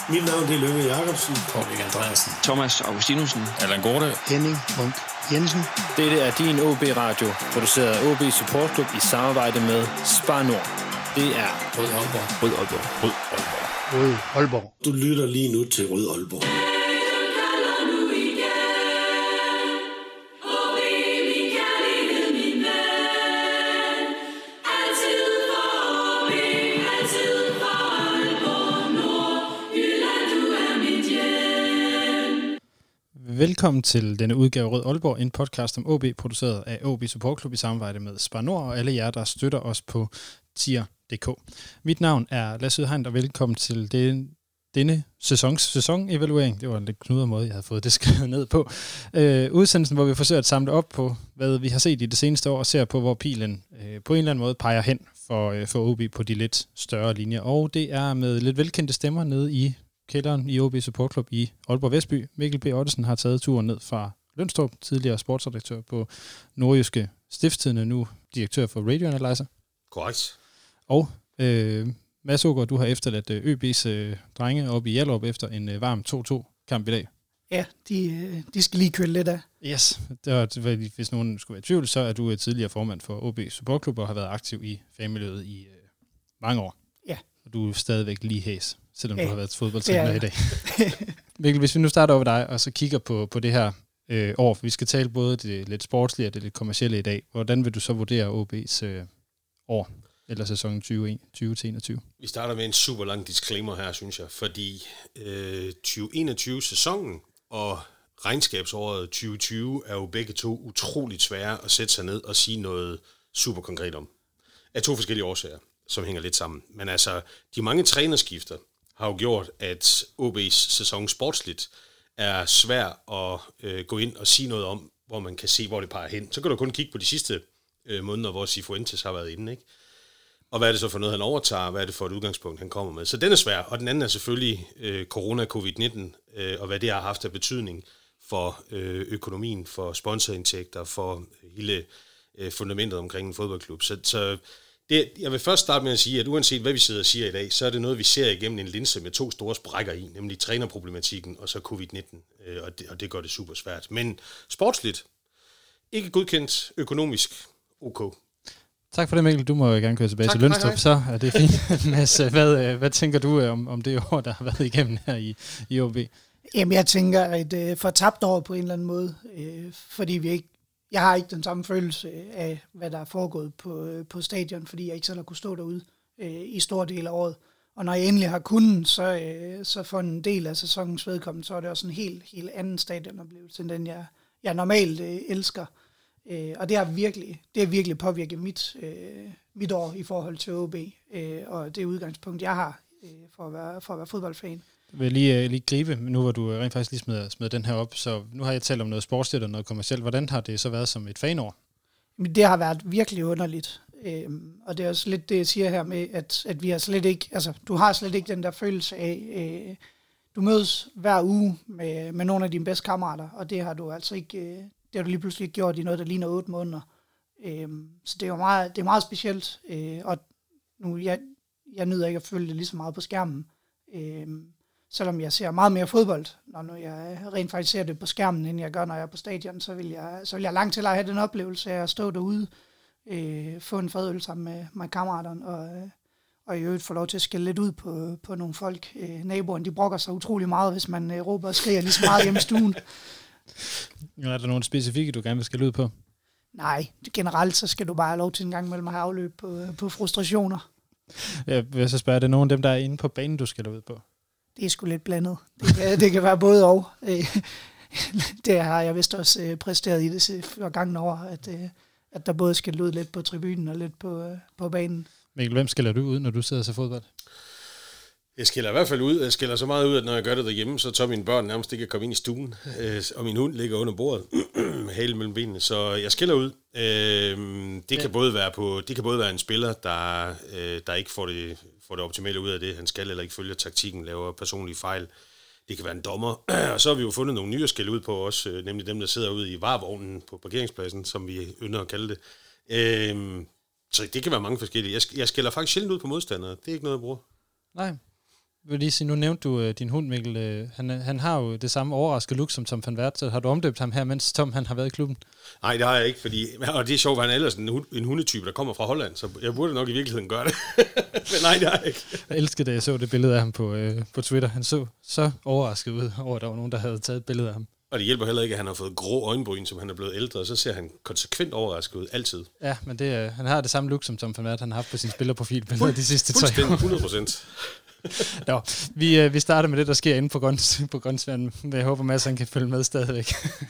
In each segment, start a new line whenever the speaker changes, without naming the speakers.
Mit navn er Lønge Jacobsen.
Kolding Andreasen.
Thomas Augustinussen.
Allan Gorte.
Henning Munk Jensen.
Dette er din OB-radio, produceret af OB Support Club i samarbejde med Spar Nord. Det er
Rød Aalborg.
Rød Aalborg.
Rød Aalborg.
Rød Aalborg.
Du lytter lige nu til Rød Aalborg.
Velkommen til denne udgave Rød Aalborg, en podcast om OB, produceret af OB Support Club i samarbejde med Spar Nord og alle jer, der støtter os på tier.dk. Mit navn er Lasse Udhegn, og velkommen til denne sæsonevaluering. Det var en lidt knudret måde, jeg havde fået det skrevet ned på. Udsendelsen, hvor vi forsøger at samle op på, hvad vi har set i det seneste år, og ser på, hvor pilen på en eller anden måde peger hen for OB på de lidt større linjer. Og det er med lidt velkendte stemmer nede i kælderen i OB Support Club i Aalborg Vestby. Mikkel P. Ottesen har taget turen ned fra Lønstrup, tidligere sportsredaktør på Nordjyske Stiftstidende, nu direktør for Radio Analyzer.
Korrekt.
Og Mads Ågaard, du har efterladt ØB's drenge op i Hjallerup efter en varm 2-2-kamp i dag.
Ja, de skal lige køle lidt af.
Yes, hvis nogen skulle være i tvivl, så er du tidligere formand for OB Support Club og har været aktiv i fanmiljøet i mange år.
Ja.
Og du er stadigvæk lige hæs, selvom du har været fodboldtræner i dag. Mikkel, hvis vi nu starter over dig, og så kigger på det her år, for vi skal tale både det lidt sportslige og det lidt kommercielle i dag. Hvordan vil du så vurdere OB's år, eller sæsonen 2021?
Vi starter med en super lang disclaimer her, synes jeg, fordi 2021-sæsonen og regnskabsåret 2020 er jo begge to utroligt svære at sætte sig ned og sige noget super konkret om. Af to forskellige årsager, som hænger lidt sammen. Men altså, de mange trænerskifter har jo gjort, at OB's sæson sportsligt er svær at gå ind og sige noget om, hvor man kan se, hvor det peger hen. Så kan du kun kigge på de sidste måneder, hvor Cifuentes har været inde, ikke? Og hvad er det så for noget, han overtager? Hvad er det for et udgangspunkt, han kommer med? Så den er svær, og den anden er selvfølgelig corona, covid-19, og hvad det har haft af betydning for økonomien, for sponsorindtægter, for hele fundamentet omkring en fodboldklub. Så jeg vil først starte med at sige, at uanset hvad vi sidder og siger i dag, så er det noget, vi ser igennem en linse med to store sprækker i, nemlig trænerproblematikken og så covid-19, og det gør det super svært. Men sportsligt, ikke godkendt, økonomisk, ok.
Tak for det, Mikkel. Du må gerne køre tilbage til Lønstrup, så er det fint. Mads, hvad tænker du om det år, der har været igennem her i OB?
Jamen, jeg tænker, at fortabt år på en eller anden måde, fordi jeg har ikke den samme følelse af, hvad der er foregået på stadion, fordi jeg ikke selv har kunnet stå derude i store del af året. Og når jeg endelig har kunnet, så for en del af sæsonens vedkommende, så er det også en helt anden stadionoplevelse, end den jeg normalt elsker. Og det har virkelig påvirket mit år i forhold til OB, og det udgangspunkt, jeg har for at være fodboldfan.
Jeg vil lige gribe, nu hvor du rent faktisk lige smed den her op, så nu har jeg talt om noget sportsligt og noget kommercielt. Hvordan har det så været som et fanår?
Men det har været virkelig underligt, og det er også lidt det, jeg siger her med, at vi har slet ikke, altså du har slet ikke den der følelse af, du mødes hver uge med nogle af dine bedste kammerater, og det har du altså ikke, det har du lige pludselig gjort i noget, der ligner 8 måneder. Så det er meget specielt, og nu jeg nyder ikke at følge det lige så meget på skærmen, selvom jeg ser meget mere fodbold, når jeg rent faktisk ser det på skærmen, end jeg gør, når jeg er på stadion, så vil jeg langt til at have den oplevelse af at stå derude, få en fadøl sammen med kammeraterne, og i øvrigt få lov til at skælde lidt ud på nogle folk. Naboerne, de brokker sig utrolig meget, hvis man råber og skriger lige så meget hjemme i stuen.
Er der nogle specifikke, du gerne vil skælde ud på?
Nej, generelt så skal du bare have lov til en gang mellem at have afløb på frustrationer.
Jeg vil så spørge, er det nogle af dem, der er inde på banen, du skælder ud på?
Det er sgu lidt blandet. Det kan være både og. Det har jeg vist også præsteret i det forgangne år, at der både skal ud lidt på tribunen og lidt på banen.
Mikkel, hvem skælder du ud, når du sidder og ser fodbold?
Jeg skælder i hvert fald ud. Jeg skælder så meget ud, at når jeg gør det derhjemme, så tager mine børn nærmest ikke at komme ind i stuen, og min hund ligger under bordet, hale mellem benene, så jeg skælder ud. Det kan både være en spiller, der ikke får det optimale ud af det, han skal, eller ikke følger taktikken, laver personlige fejl. Det kan være en dommer. Og så har vi jo fundet nogle nye at skælde ud på også, nemlig dem, der sidder ude i varevognen på parkeringspladsen, som vi ynder at kalde det. Så det kan være mange forskellige. Jeg skælder faktisk sjældent ud på modstandere. Det er ikke noget, jeg bruger.
Nej. vil lige sige, nu nævnte du din hund, Mikkel. Han har jo det samme overraskende look som Tom van Wert, så har du omdøbt ham her, mens Tom han har været i klubben?
Nej, det har jeg ikke, og det er sjovt, at han er ellers en hundetype, der kommer fra Holland, så jeg burde nok i virkeligheden gøre det. Men nej, det har jeg ikke.
Jeg elskede, da jeg så det billede af ham på Twitter. Han så overrasket ud over, at der var nogen, der havde taget et billede af ham.
Og det hjælper heller ikke, at han har fået grå øjenbryn, som han er blevet ældre, og så ser han konsekvent overrasket ud, altid.
Ja, men han har det samme look, som Tom van Wert han har haft på sin spillerprofilbilleder de sidste 3 år.
100%.
Nå, vi starter med det, der sker inde på Grønsvand, men jeg håber, Mads han kan følge med stadigvæk.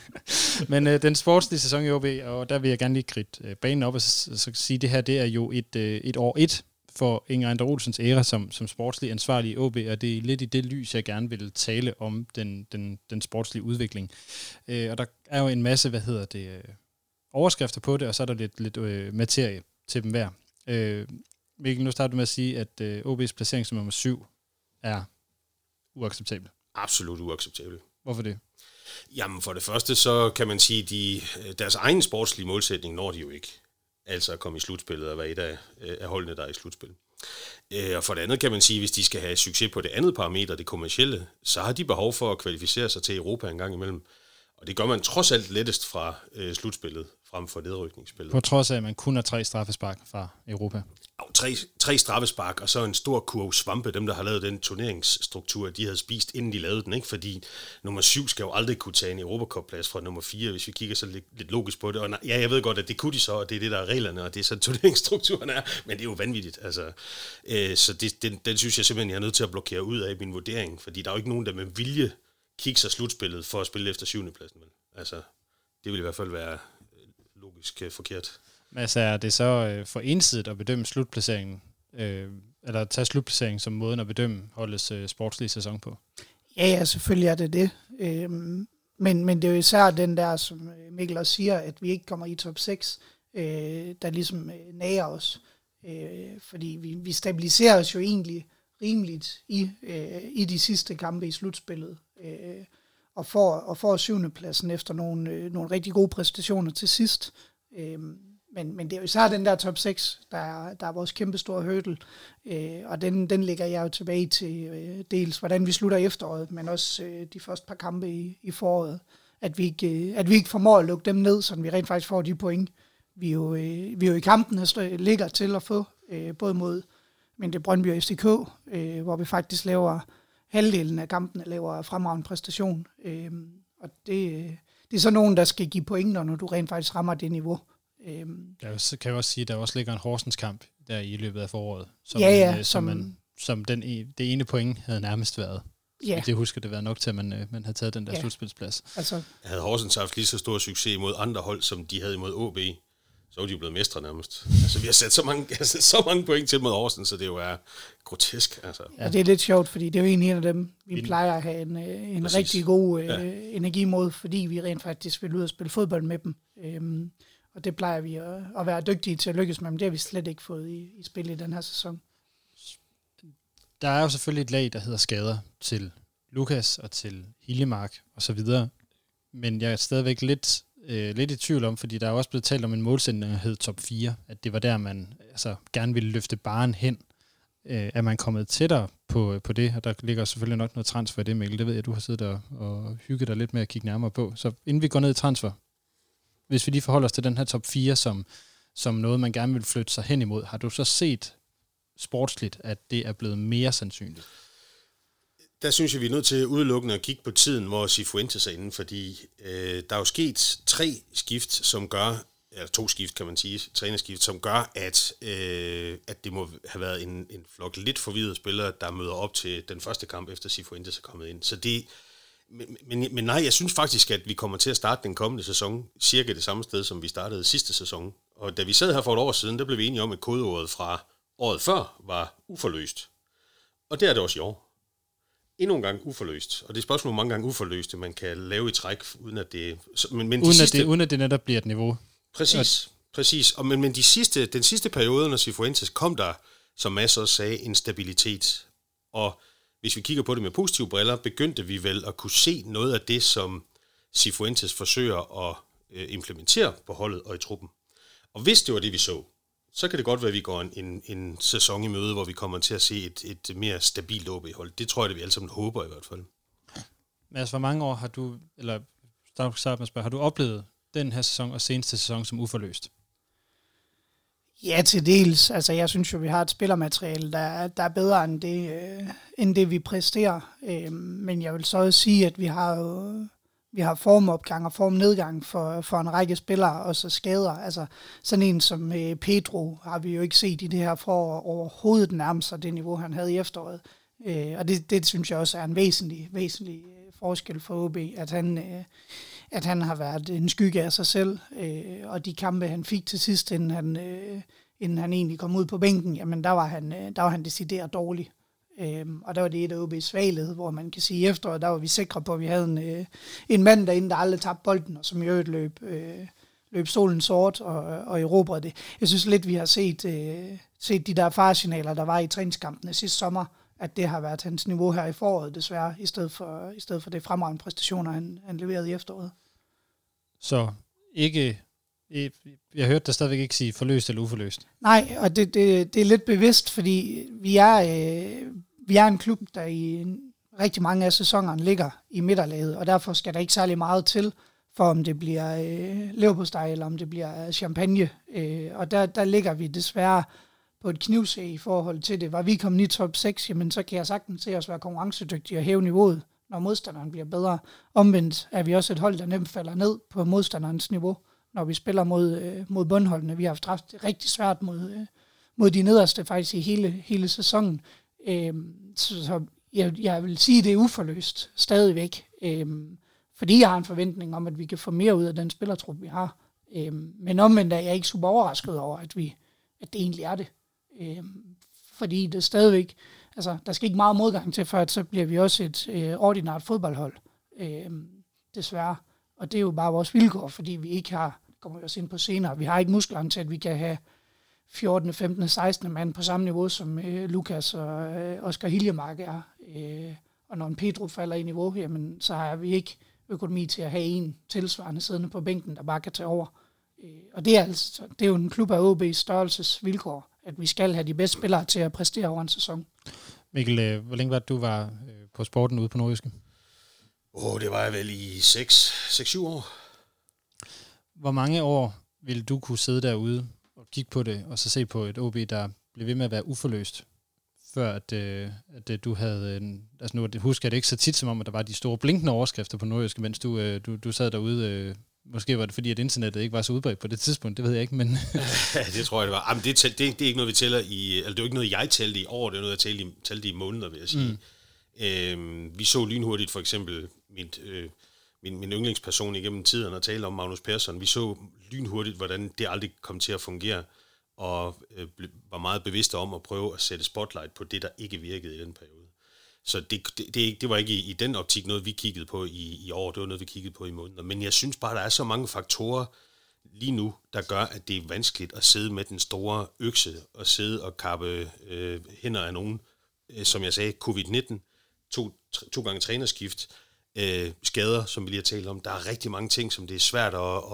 Men den sportslige sæson i OB, og der vil jeg gerne lige kridte banen op og så sige, at det her det er jo et år 1 for Inger Ander Olsens æra som sportslig ansvarlig i OB, og det er lidt i det lys, jeg gerne vil tale om den sportslige udvikling. Og der er jo en masse, overskrifter på det, og så er der lidt materie til dem hver. Mikkel, nu starter du med at sige, at OB's placering som nummer 7 er uacceptabel.
Absolut uacceptabel.
Hvorfor det?
Jamen for det første, så kan man sige, deres egen sportslige målsætning når de jo ikke. Altså at komme i slutspillet og være et af holdene, der er i slutspillet. Og for det andet kan man sige, hvis de skal have succes på det andet parameter, det kommercielle, så har de behov for at kvalificere sig til Europa en gang imellem. Og det gør man trods alt lettest fra slutspillet frem for nedrykningsspillet.
På trods af, at man kun har 3 straffespark fra Europa.
3 straffespark, og så en stor kurv svampe, dem der har lavet den turneringsstruktur, de havde spist, inden de lavede den, ikke? Fordi nummer 7 skal jo aldrig kunne tage en Europacup-plads fra nummer 4, hvis vi kigger så lidt logisk på det. Og ja, jeg ved godt, at det kunne de så, og det er det, der er reglerne, og det er så turneringsstrukturen er, men det er jo vanvittigt. Altså, så den synes jeg simpelthen, jeg er nødt til at blokere ud af min vurdering, fordi der er jo ikke nogen, der med vilje kigger sig slutspillet for at spille efter 7. pladsen. Altså, det vil i hvert fald være logisk forkert.
Men altså, er det så for ensidigt at bedømme slutplaceringen, eller at tage slutplaceringen som måden at bedømme holdets sportslige sæson på?
Ja, selvfølgelig er det. Men det er jo især den der, som Mikkel også siger, at vi ikke kommer i top 6, der ligesom nager os. Fordi vi stabiliserer os jo egentlig rimeligt i de sidste kampe i slutspillet. Og får 7. pladsen efter nogle rigtig gode præstationer til sidst. Men det er jo især den der top 6, der er vores kæmpe store hurdle, og den ligger jeg jo tilbage til dels, hvordan vi slutter efteråret, men også de første par kampe i foråret, at vi ikke formår at lukke dem ned, så vi rent faktisk får de point, vi jo i kampen ligger til at få, både mod Brøndby og FCK, hvor vi faktisk laver halvdelen af kampene, laver fremragende præstation, og det er så nogen, der skal give point, når du rent faktisk rammer det niveau.
Jeg kan jo også sige, at der også ligger en Horsens kamp der i løbet af foråret, som det ene point havde nærmest været. Ja. Det husker det været nok til, at man havde taget den der slutspilsplads.
Altså.
Havde Horsens haft lige så stor succes mod andre hold, som de havde imod OB, så var de jo blevet mestre nærmest. Altså, vi har sat så mange point til mod Horsens, så det jo er grotesk. Altså.
Ja, det er lidt sjovt, fordi det er jo egentlig en af dem, vi plejer at have en rigtig god energi mod, fordi vi rent faktisk vil ud og spille fodbold med dem. Og det plejer vi at være dygtige til at lykkes med, men det har vi slet ikke fået i spil i den her sæson.
Der er jo selvfølgelig et lag, der hedder skader til Lukas og til Hiljemark og så videre, men jeg er stadigvæk lidt i tvivl om, fordi der er også blevet talt om en målsætning, der hed top 4, at det var der, man gerne ville løfte barren hen. Er man kommet tættere på det, og der ligger selvfølgelig nok noget transfer i det, Mikkel. Det ved jeg, du har siddet og hygget dig lidt med at kigge nærmere på. Så inden vi går ned i transfer, hvis vi lige forholder os til den her top 4 som noget, man gerne vil flytte sig hen imod, har du så set sportsligt, at det er blevet mere sandsynligt?
Der synes jeg, vi er nødt til udelukkende at kigge på tiden, hvor Cifuentes er inde, fordi der er jo sket 3 skift, som gør, eller 2 skift kan man sige, trænerskift, som gør, at det må have været en flok lidt forvirrede spillere, der møder op til den første kamp, efter Cifuentes er kommet ind. Så det, men nej, jeg synes faktisk, at vi kommer til at starte den kommende sæson cirka det samme sted, som vi startede sidste sæson. Og da vi sad her for et år siden, der blev vi enige om, at kodeordet fra året før var uforløst. Og det er det også i år. Endnu en gang uforløst. Og det er spørgsmål, hvor mange gange uforløste man kan lave i træk, uden at det...
Uden at det netop bliver et niveau.
Præcis. Og men den sidste periode, når Cifuentes kom der, som Mads også sagde, en stabilitet. Og hvis vi kigger på det med positive briller, begyndte vi vel at kunne se noget af det, som Cifuentes forsøger at implementere på holdet og i truppen. Og hvis det var det, vi så så kan det godt være, at vi går en sæson i møde, hvor vi kommer til at se et mere stabilt OB-hold. Det tror jeg, det vi alle sammen håber i hvert fald.
Mads, hvor mange år har du, eller start med at spørge, har du oplevet den her sæson og seneste sæson som uforløst?
Ja, til dels. Altså, jeg synes jo, vi har et spillermateriale, der er bedre end det vi præsterer. Men jeg vil så også sige, at vi har formopgang og formnedgang for en række spillere, og så skader. Altså, sådan en som Pedro har vi jo ikke set i det her forår overhovedet nærmest sig det niveau, han havde i efteråret. Og det synes jeg også er en væsentlig forskel for OB, at han har været en skygge af sig selv, og de kampe, han fik til sidst, inden han egentlig kom ud på bænken, jamen der var han decideret dårlig. Og der var det et af OB's svaghed, hvor man kan sige, efter der var vi sikre på, at vi havde en mand derinde, der aldrig tabte bolden, og som i øvrigt løb solen sort og erobrede det. Jeg synes lidt, vi har set de der faresignaler, der var i træningskampene sidste sommer, at det har været hans niveau her i foråret, desværre, i stedet for det fremragende præstationer, han leverede i efteråret. Så
ikke... Jeg hørte dig stadigvæk ikke sige forløst eller uforløst.
Nej, og det er lidt bevidst, fordi vi er en klub, der i rigtig mange af sæsonerne ligger i midterlaget, og derfor skal der ikke særlig meget til, for om det bliver leverpostej eller om det bliver champagne. Og der ligger vi desværre på et knivsæg i forhold til det. Var vi kommet i top 6, jamen så kan jeg sagtens se os være konkurrencedygtige og hæve niveauet, når modstanderen bliver bedre. Omvendt er vi også et hold, der nemt falder ned på modstanderens niveau, når vi spiller mod bundholdene. Vi har haft det rigtig svært mod de nederste faktisk i hele sæsonen. Så jeg vil sige, at det er uforløst stadigvæk, fordi jeg har en forventning om, at vi kan få mere ud af den spillertrup, vi har. Men omvendt er jeg ikke super overrasket over, at det egentlig er det. Fordi det stadigvæk, altså der skal ikke meget modgang til, for at så bliver vi også et ordinært fodboldhold, desværre. Og det er jo bare vores vilkår, fordi vi ikke har, kommer vi også ind på senere, vi har ikke musklerne til, at vi kan have 14., 15., 16. mand på samme niveau, som Lukas og Oscar Hiljemark er. Og når en Pedro falder i niveau, jamen, så har vi ikke økonomi til at have en tilsvarende siddende på bænken, der bare kan tage over. Og det er jo en klub af OB's størrelsesvilkår, at vi skal have de bedste spillere til at præstere over en sæson.
Mikkel, hvor længe var det, du var på sporten ude på Nordjyske?
Det var jeg vel i 6-7 år.
Hvor mange år ville du kunne sidde derude og kigge på det, og så se på et OB, der blev ved med at være uforløst, før at du havde altså nu husker jeg det ikke så tit som om, at der var de store blinkende overskrifter på Nordjyske, mens du sad derude. Måske var det fordi, at internettet ikke var så udbredt på det tidspunkt, det ved jeg ikke, men...
Ja, det tror jeg, det var. Jamen, det er ikke noget, vi tæller i... Eller det er jo ikke noget, jeg tælte i år, det er noget, jeg talte i måneder, vil jeg sige. Vi så lynhurtigt for eksempel min yndlingsperson igennem tiden og tale om Magnus Persson. Vi så lynhurtigt, hvordan det aldrig kom til at fungere, og var meget bevidste om at prøve at sætte spotlight på det, der ikke virkede i den periode. Så det var ikke i den optik noget, vi kiggede på i år, det var noget, vi kiggede på i måneder. Men jeg synes bare, der er så mange faktorer lige nu, der gør, at det er vanskeligt at sidde med den store økse og sidde og kappe hænder af nogen. Som jeg sagde, covid-19, to gange trænerskift, skader, som vi lige har talt om. Der er rigtig mange ting, som det er svært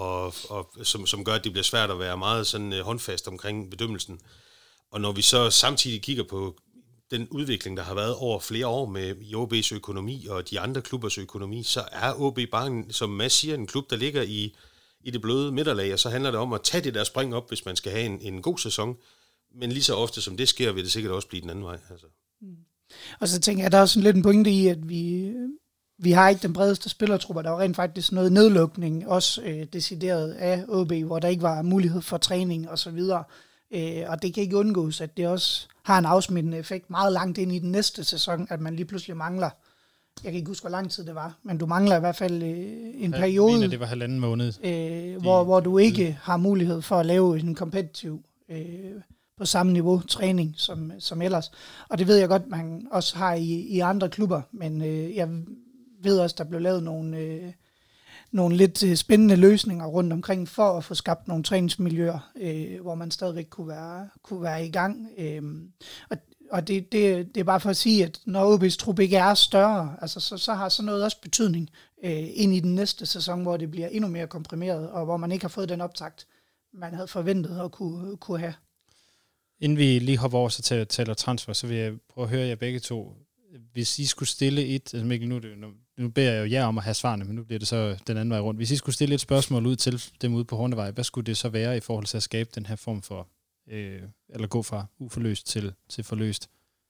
som gør, at det bliver svært at være meget sådan håndfast omkring bedømmelsen. Og når vi så samtidig kigger på den udvikling, der har været over flere år med OB's økonomi og de andre klubbers økonomi, så er OB bare, som Mads siger, en klub, der ligger i det bløde midterlag, og så handler det om at tage det der spring op, hvis man skal have en god sæson. Men lige så ofte som det sker, vil det sikkert også blive den anden vej. Altså.
Og så tænker jeg, der er også lidt en pointe i, at vi har ikke den bredeste spillertrupper. Der var rent faktisk noget nedlukning, også decideret af OB, hvor der ikke var mulighed for træning og så videre. Og det kan ikke undgås, at det også har en afsmittende effekt meget langt ind i den næste sæson, at man lige pludselig mangler, jeg kan ikke huske, hvor lang tid det var, men du mangler i hvert fald en periode. Jeg mener,
det var 1,5 måned.
Hvor du ikke har mulighed for at lave en kompetitiv på samme niveau træning som ellers. Og det ved jeg godt, man også har i andre klubber, men jeg ved også, der blev lavet nogle lidt spændende løsninger rundt omkring for at få skabt nogle træningsmiljøer, hvor man stadigvæk kunne være i gang. Og det er bare for at sige, at når OB's trup ikke er større, altså så har sådan noget også betydning ind i den næste sæson, hvor det bliver endnu mere komprimeret, og hvor man ikke har fået den optakt, man havde forventet at kunne have.
Inden vi lige hopper over så taler transfer, så vil jeg prøve at høre jer begge to. Hvis I skulle stille altså Mikkel, nu beder jeg jo jer om at have svarene, men nu bliver det så den anden vej rundt. Hvis I skulle stille et spørgsmål ud til dem ude på Hornevej, hvad skulle det så være i forhold til at skabe den her form for, eller gå fra uforløst til forløst?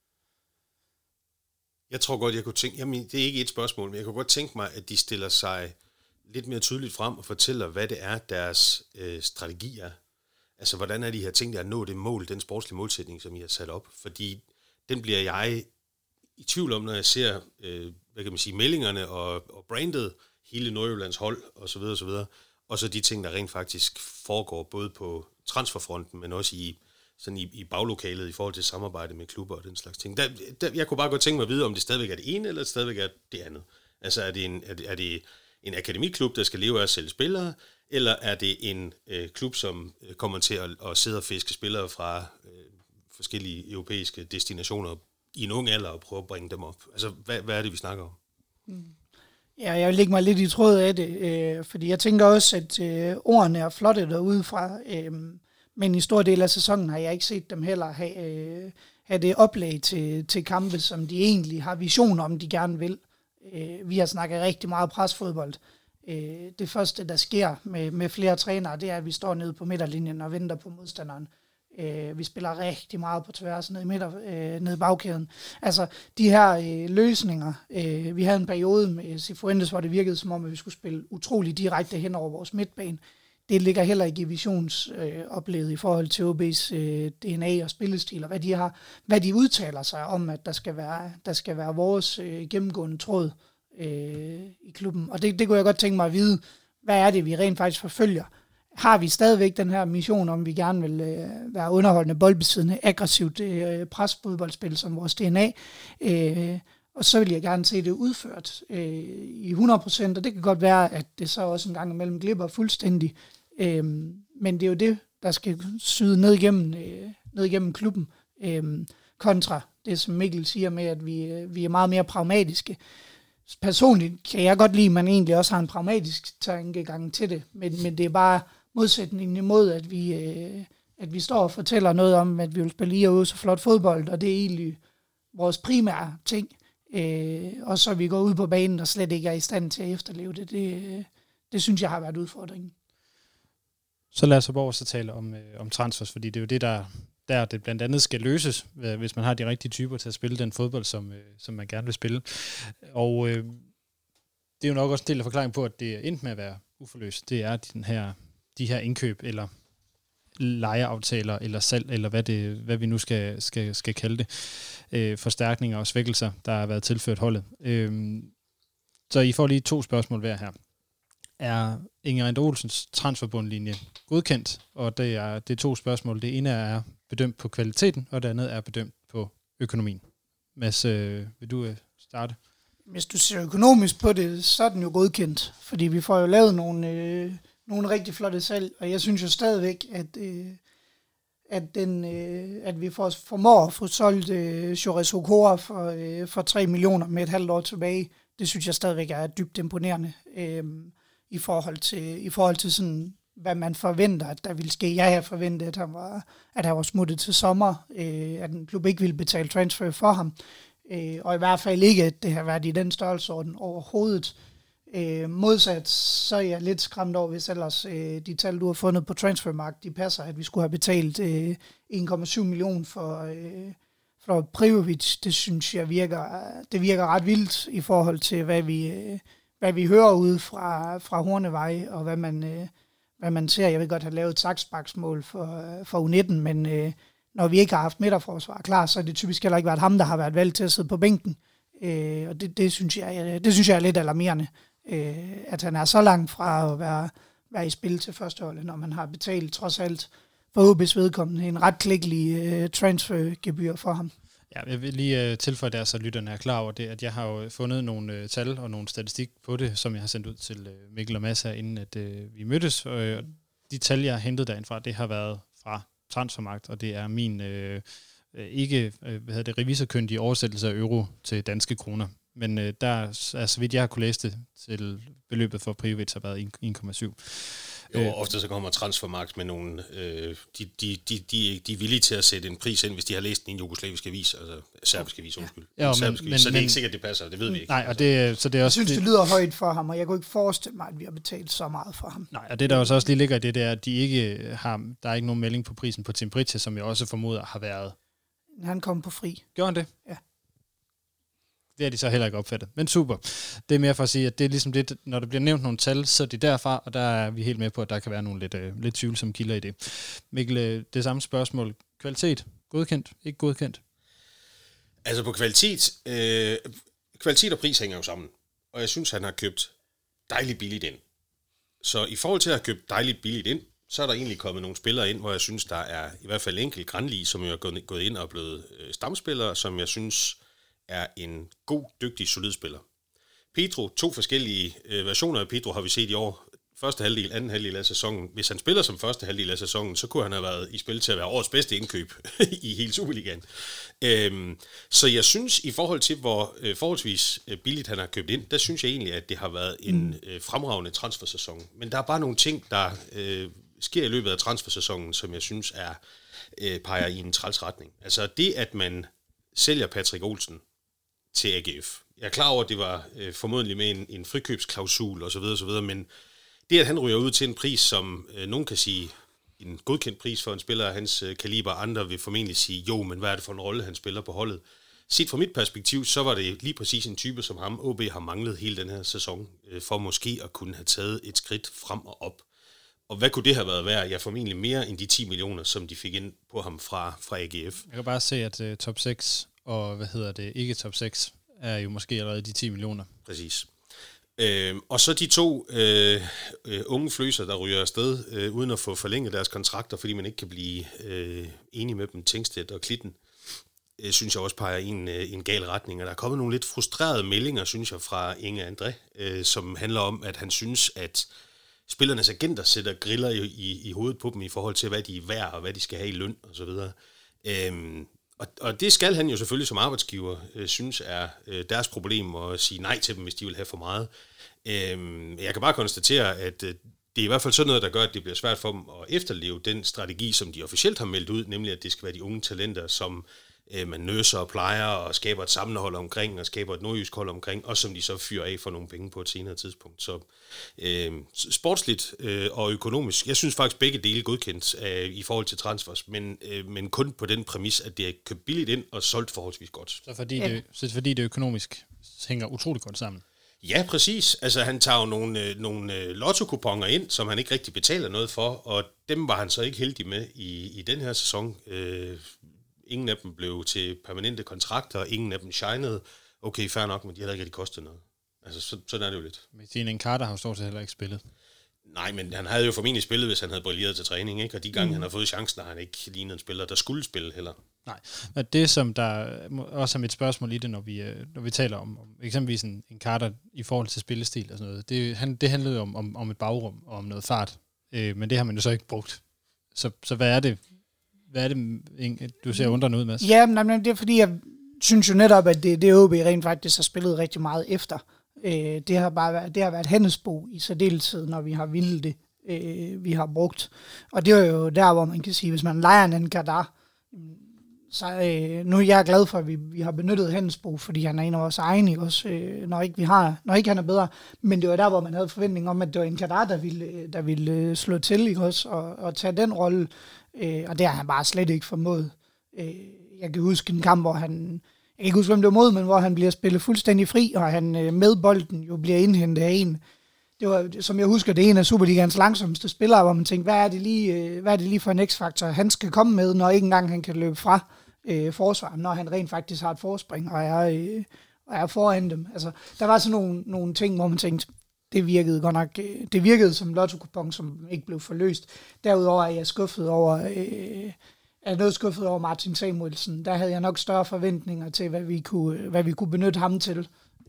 Jeg tror godt, jeg kunne tænke, jamen det er ikke et spørgsmål, men jeg kunne godt tænke mig, at de stiller sig lidt mere tydeligt frem og fortæller, hvad det er, deres strategi er. Altså, hvordan er de her ting, der at nå det mål, den sportslige målsætning, som I har sat op? Fordi den bliver jeg i tvivl om, når jeg ser, hvad kan man sige, meldingerne og brandet, hele Nordjyllands hold osv. Og så de ting, der rent faktisk foregår, både på transferfronten, men også i baglokalet i forhold til samarbejde med klubber og den slags ting. Jeg kunne bare godt tænke mig at vide, om det stadigvæk er det ene, eller det stadigvæk er det andet. Altså, er det en akademiklub, der skal leve af at sælge spillere, eller er det en klub, som kommer til at sidde og fiske spillere fra forskellige europæiske destinationer i en ung alder og prøve at bringe dem op? Altså, hvad er det, vi snakker om?
Ja, jeg vil lægge mig lidt i tråd af det, fordi jeg tænker også, at ordene er flotte derudefra, men i stor del af sæsonen har jeg ikke set dem heller have det oplag til kampe, som de egentlig har visioner om, de gerne vil. Vi har snakket rigtig meget presfodbold. Det første, der sker med flere trænere, det er, at vi står nede på midterlinjen og venter på modstanderen. Vi spiller rigtig meget på tværs nede i bagkæden. Altså, de her løsninger, vi havde en periode med Cifuentes, hvor det virkede som om, at vi skulle spille utrolig direkte hen over vores midtbane. Det ligger heller ikke i visionsoplevet i forhold til OB's DNA og spillestil, og hvad de udtaler sig om, at der skal være vores gennemgående tråd i klubben. Og det kunne jeg godt tænke mig at vide, hvad er det, vi rent faktisk forfølger? Har vi stadigvæk den her mission, om vi gerne vil være underholdende, boldbesiddende, aggressivt presfodboldspil som vores DNA? Og så vil jeg gerne se det udført i 100%, og det kan godt være, at det så også en gang imellem glipper fuldstændig. Men det er jo det, der skal syde ned igennem klubben, kontra det, som Mikkel siger med, at vi er meget mere pragmatiske. Personligt kan jeg godt lide, at man egentlig også har en pragmatisk tankegang til det, men det er bare modsætningen imod, at vi står og fortæller noget om, at vi vil spille i og ud så flot fodbold, og det er egentlig vores primære ting. Og så vi går ud på banen og slet ikke er i stand til at efterleve det. Det synes jeg har været udfordringen.
Så lad os op over så tale om transfers, fordi det er jo det, der det blandt andet skal løses, hvis man har de rigtige typer til at spille den fodbold, som man gerne vil spille. Og det er jo nok også en del af forklaringen på, at det er endt med at være uforløst. Det er de her indkøb, eller lejeaftaler, eller salg, eller hvad vi nu skal kalde det. Forstærkninger og svækkelser, der har været tilført holdet. Så I får lige 2 spørgsmål hver her. Er Inger Rent Olsens transferbundlinje godkendt? Og det er 2 spørgsmål. Det ene er bedømt på kvaliteten, og det andet er bedømt på økonomien. Mads, vil du starte? Hvis du ser økonomisk på det, så er den jo godkendt, fordi vi får jo lavet nogle rigtig flotte salg, og jeg synes jo stadigvæk, at vi formår at få solgt Jores Okora for 3 millioner med et halvt år tilbage. Det synes jeg stadigvæk er dybt imponerende i forhold til sådan, hvad man forventer, at der ville ske. Jeg havde forventet, at han var smuttet til sommer, at en klub ikke ville betale transfer for ham, og i hvert fald ikke, at det har været i den størrelsesorden overhovedet. Modsat, så er jeg lidt skræmt over, hvis ellers de tal, du har fundet på Transfermarkt, de passer, at vi skulle have betalt 1,7 millioner for Prijovic. Det synes jeg virker ret vildt i forhold til, hvad vi hører ude fra Hornevej, og hvad man ser. Jeg vil godt have lavet et saksbaksmål for U19, men når vi ikke har haft midterforsvar klar, så er det typisk heller ikke været ham, der har været valgt til at sidde på bænken. Og det synes jeg er lidt alarmerende, at han er så langt fra at være i spil til førsteholdet, når man har betalt trods alt for OB's vedkommende en ret klækkelig transfergebyr for ham. Ja, jeg vil lige tilføje der, så lytterne er klar over det, at jeg har jo fundet nogle tal og nogle statistik på det, som jeg har sendt ud til Mikkel og Mads her, inden at vi mødtes. Og de tal, jeg har hentet derindfra, det har været fra Transfermarkt, og det er min revisorkyndige oversættelse af euro til danske kroner. Men der er, så vidt jeg har kunne læse det, til beløbet for Prijovic har været 1,7.
Jo, ofte så kommer Transfermarkt med nogle... de er villige til at sætte en pris ind, hvis de har læst en jugoslavisk avis, altså serbisk avis, undskyld.
Ja,
så det er ikke sikkert, det passer, det ved vi ikke.
Nej, og så det er også...
Jeg synes, det lyder højt for ham, og jeg kunne ikke forestille mig, at vi har betalt så meget for ham.
Nej, og det der også lige ligger i det, der, at de ikke har, der er ikke nogen melding på prisen på Tim Pritja, som jeg også formoder har været...
Han kom på fri.
Gjorde han det?
Ja.
Det har de så heller ikke opfattet. Men super. Det er mere for at sige, at det er ligesom det, når der bliver nævnt nogle tal, så er de derfra, og der er vi helt med på, at der kan være nogle lidt tvivlsomme kilder i det. Mikkel, det samme spørgsmål. Kvalitet? Godkendt? Ikke godkendt?
Altså på kvalitet og pris hænger jo sammen. Og jeg synes, han har købt dejligt billigt ind. Så i forhold til at have købt dejligt billigt ind, så er der egentlig kommet nogle spillere ind, hvor jeg synes, der er i hvert fald enkelt Granli, som jo er gået ind og blevet stamspillere, som jeg synes er en god, dygtig, solid spiller. Pedro, 2 forskellige versioner af Pedro har vi set i år. Første halvdel, anden halvdel af sæsonen. Hvis han spiller som første halvdel af sæsonen, så kunne han have været i spil til at være årets bedste indkøb i hele Superligaen. Så jeg synes, i forhold til, hvor forholdsvis billigt han har købt ind, der synes jeg egentlig, at det har været en fremragende transfersæson. Men der er bare nogle ting, der sker i løbet af transfersæsonen, som jeg synes peger i en træls retning. Altså det, at man sælger Patrick Olsen til AGF. Jeg er klar over, at det var formodentlig med en frikøbsklausul osv., men det, at han ryger ud til en pris, som nogen kan sige, en godkendt pris for en spiller af hans kaliber, andre vil formentlig sige, jo, men hvad er det for en rolle, han spiller på holdet? Set fra mit perspektiv, så var det lige præcis en type som ham, OB har manglet hele den her sæson, for måske at kunne have taget et skridt frem og op. Og hvad kunne det have været værd? Ja, formentlig mere end de 10 millioner, som de fik ind på ham fra AGF.
Jeg kan bare se, at top 6 og ikke top 6 er jo måske allerede de 10 millioner.
Præcis. Og så de 2 unge fløser, der ryger afsted, uden at få forlænget deres kontrakter, fordi man ikke kan blive enige med dem, Tengstedt og Klitten, synes jeg også peger i en gal retning. Og der er kommet nogle lidt frustrerede meldinger, synes jeg, fra Inge André, som handler om, at han synes, at spillernes agenter sætter griller i hovedet på dem i forhold til, hvad de er værd og hvad de skal have i løn osv. Og det skal han jo selvfølgelig som arbejdsgiver synes er deres problem at sige nej til dem, hvis de vil have for meget. Jeg kan bare konstatere, at det er i hvert fald sådan noget, der gør, at det bliver svært for dem at efterleve den strategi, som de officielt har meldt ud, nemlig at det skal være de unge talenter, som man nøser og plejer og skaber et sammenhold omkring og skaber et nordjysk hold omkring, og som de så fyrer af for nogle penge på et senere tidspunkt. Så sportsligt og økonomisk, jeg synes faktisk begge dele godkendt i forhold til transfers, men kun på den præmis, at det er købt billigt ind og solgt forholdsvis godt.
Så fordi det økonomisk hænger utroligt godt sammen.
Ja, præcis. Altså han tager jo nogle lotto-kuponer ind, som han ikke rigtig betaler noget for, og dem var han så ikke heldig med i den her sæson. Ingen af dem blev til permanente kontrakter, ingen af dem shinede. Okay, fair nok, men de havde ikke rigtig kostet noget. Altså, sådan er det jo lidt.
Men en Carter har jo stort set heller ikke spillet.
Nej, men han havde jo formentlig spillet, hvis han havde brilleret til træning, ikke? Og de gange, han har fået chancen, har han ikke lignet en spiller, der skulle spille heller. Nej.
Og det, som der også er mit spørgsmål i det, når vi taler om eksempelvis en Carter i forhold til spillestil og sådan noget, det handlede jo om et bagrum og om noget fart. Men det har man jo så ikke brugt. Så hvad er det, du ser undrende ud, Mads?
Ja, men det er fordi, jeg synes jo netop, at det OB rent faktisk har spillet rigtig meget efter. Det har været handelsbo i særdeleshed, når vi har vildt det, vi har brugt. Og det er jo der, hvor man kan sige, hvis man leger en Kadar, så nu er jeg glad for, at vi har benyttet handelsbo, fordi han er en af vores egne, ikke også, når ikke han er bedre. Men det var der, hvor man havde forventning om, at det var en Kadar, der ville slå til, ikke også, og tage den rolle. Og det har han bare slet ikke formået. Jeg kan huske en kamp, hvor jeg kan ikke huske, hvem det var mod, men hvor han bliver spillet fuldstændig fri, og han med bolden jo bliver indhentet af en. Det var, som jeg husker, det er en af Superligans langsomste spillere, hvor man tænkte, hvad er det lige for en x-faktor, han skal komme med, når ikke engang han kan løbe fra forsvaret, når han rent faktisk har et forspring og er foran dem. Altså, der var sådan nogle ting, hvor man tænkte, det virkede godt nok. Det virkede som lotto-kupon, som ikke blev forløst. Derudover er jeg skuffet over Martin Samuelsen. Der havde jeg nok større forventninger til, hvad vi kunne benytte ham til.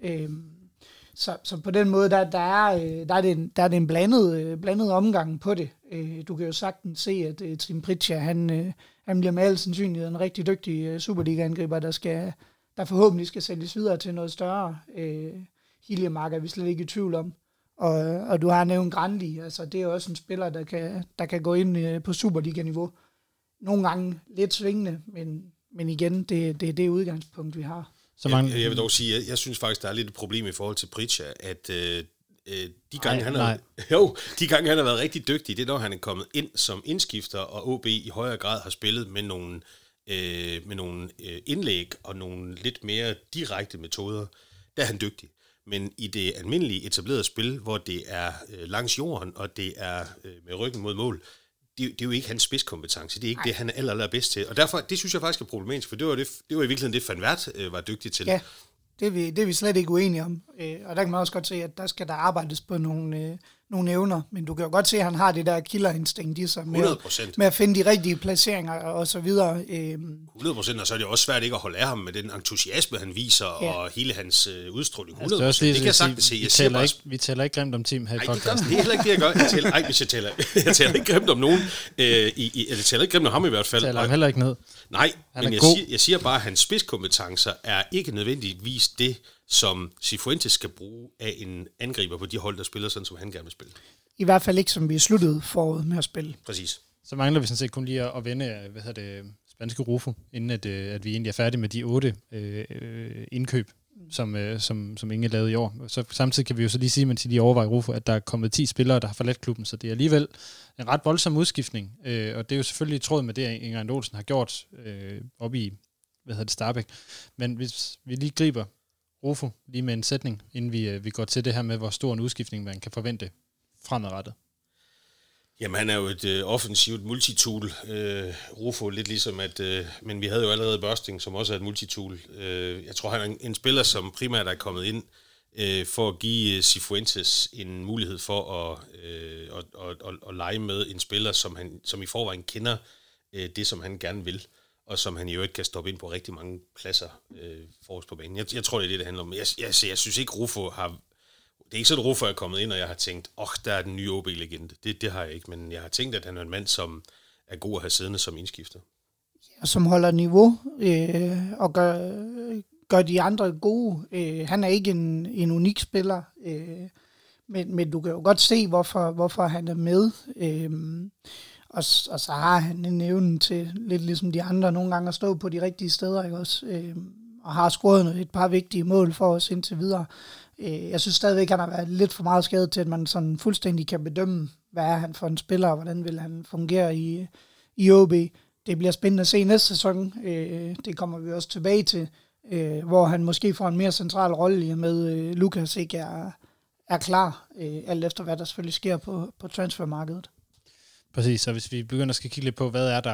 Så på den måde, der er det en blandet omgang på det. Du kan jo sagtens se, at Tim Pritja, han bliver med al sandsynlighed en rigtig dygtig Superliga-angriber, der forhåbentlig skal sælges videre til noget større. Hiljemark er vi slet ikke i tvivl om. Og du har nævnt Grandi, altså det er også en spiller, der kan gå ind på Superliga-niveau. Nogle gange lidt svingende, men igen, det er det udgangspunkt, vi har.
Jeg vil dog sige, jeg synes faktisk, der er lidt et problem i forhold til Pritja, at de gange han har været rigtig dygtig, det er når han er kommet ind som indskifter, og OB i højere grad har spillet med nogle indlæg og nogle lidt mere direkte metoder. Der er han dygtig. Men i det almindelige etablerede spil, hvor det er langs jorden, og det er med ryggen mod mål, det er jo ikke hans spidskompetence. Det er ikke det, han er allerbedst til. Og derfor, det synes jeg faktisk er problematisk, for det var i virkeligheden det, Van Wert var dygtig til.
Ja, det er vi slet ikke uenige om. Og der kan man også godt se, at der skal der arbejdes på nogle evner, men du kan jo godt se, at han har det der killerinstinkt i sig med at finde de rigtige placeringer og så videre.
100%, og så er det også svært ikke at holde af ham med den entusiasme, han viser, og hele hans udstråling. 100%.
Altså, det kan jeg sagtens se. Vi taler ikke grimt om team her i podcasten.
Det er heller ikke det, jeg gør. Jeg taler ikke grimt om nogen. Jeg taler ikke grimt om ham i hvert fald.
Jeg taler ham heller ikke ned.
Nej, men jeg siger bare, at hans spidskompetencer er ikke nødvendigvis det, som Cifuentes skal bruge af en angriber på de hold, der spiller sådan, som han gerne vil spille.
I hvert fald ikke, som vi sluttede foråret med at spille.
Præcis.
Så mangler vi sådan set kun lige at vende spanske Rufo, inden at vi egentlig er færdige med de 8 indkøb, som Inge lavede i år. Så samtidig kan vi jo så lige sige, mens de overvejer Rufo, at der er kommet 10 spillere, der har forladt klubben, så det er alligevel en ret voldsom udskiftning. Og det er jo selvfølgelig i tråd med det, Inger Olsen har gjort op i Starbæk. Men hvis vi lige griber Rufo lige med en sætning, inden vi går til det her med, hvor stor en udskiftning man kan forvente fremadrettet.
Jamen, han er jo et offensivt multitool, Rufo, lidt ligesom men vi havde jo allerede Børsting, som også er et multitool. Jeg tror, han er en spiller, som primært er kommet ind for at give Cifuentes en mulighed for at lege med en spiller, som i forvejen kender det, som han gerne vil, og som han jo ikke kan stoppe ind på rigtig mange pladser forrest på banen. Jeg tror, det er det handler om. Jeg synes ikke, Rufo har... Det er ikke sådan, at Rufo er kommet ind, og jeg har tænkt, der er den nye OB-legende. Det har jeg ikke, men jeg har tænkt, at han er en mand, som er god at have siddende som indskifter.
Ja, som holder niveau og gør de andre gode. Han er ikke en unik spiller, men du kan jo godt se, hvorfor han er med. Og så har han en evne til, lidt ligesom de andre, nogle gange at stå på de rigtige steder, ikke også? Og har scoret et par vigtige mål for os indtil videre. Jeg synes stadigvæk, han har været lidt for meget skadet til, at man sådan fuldstændig kan bedømme, hvad er han for en spiller, og hvordan vil han fungere i OB. Det bliver spændende at se næste sæson. Det kommer vi også tilbage til, hvor han måske får en mere central rolle i med Lukas ikke er klar, alt efter hvad der selvfølgelig sker på transfermarkedet.
Præcis, så hvis vi begynder at skal kigge lidt på,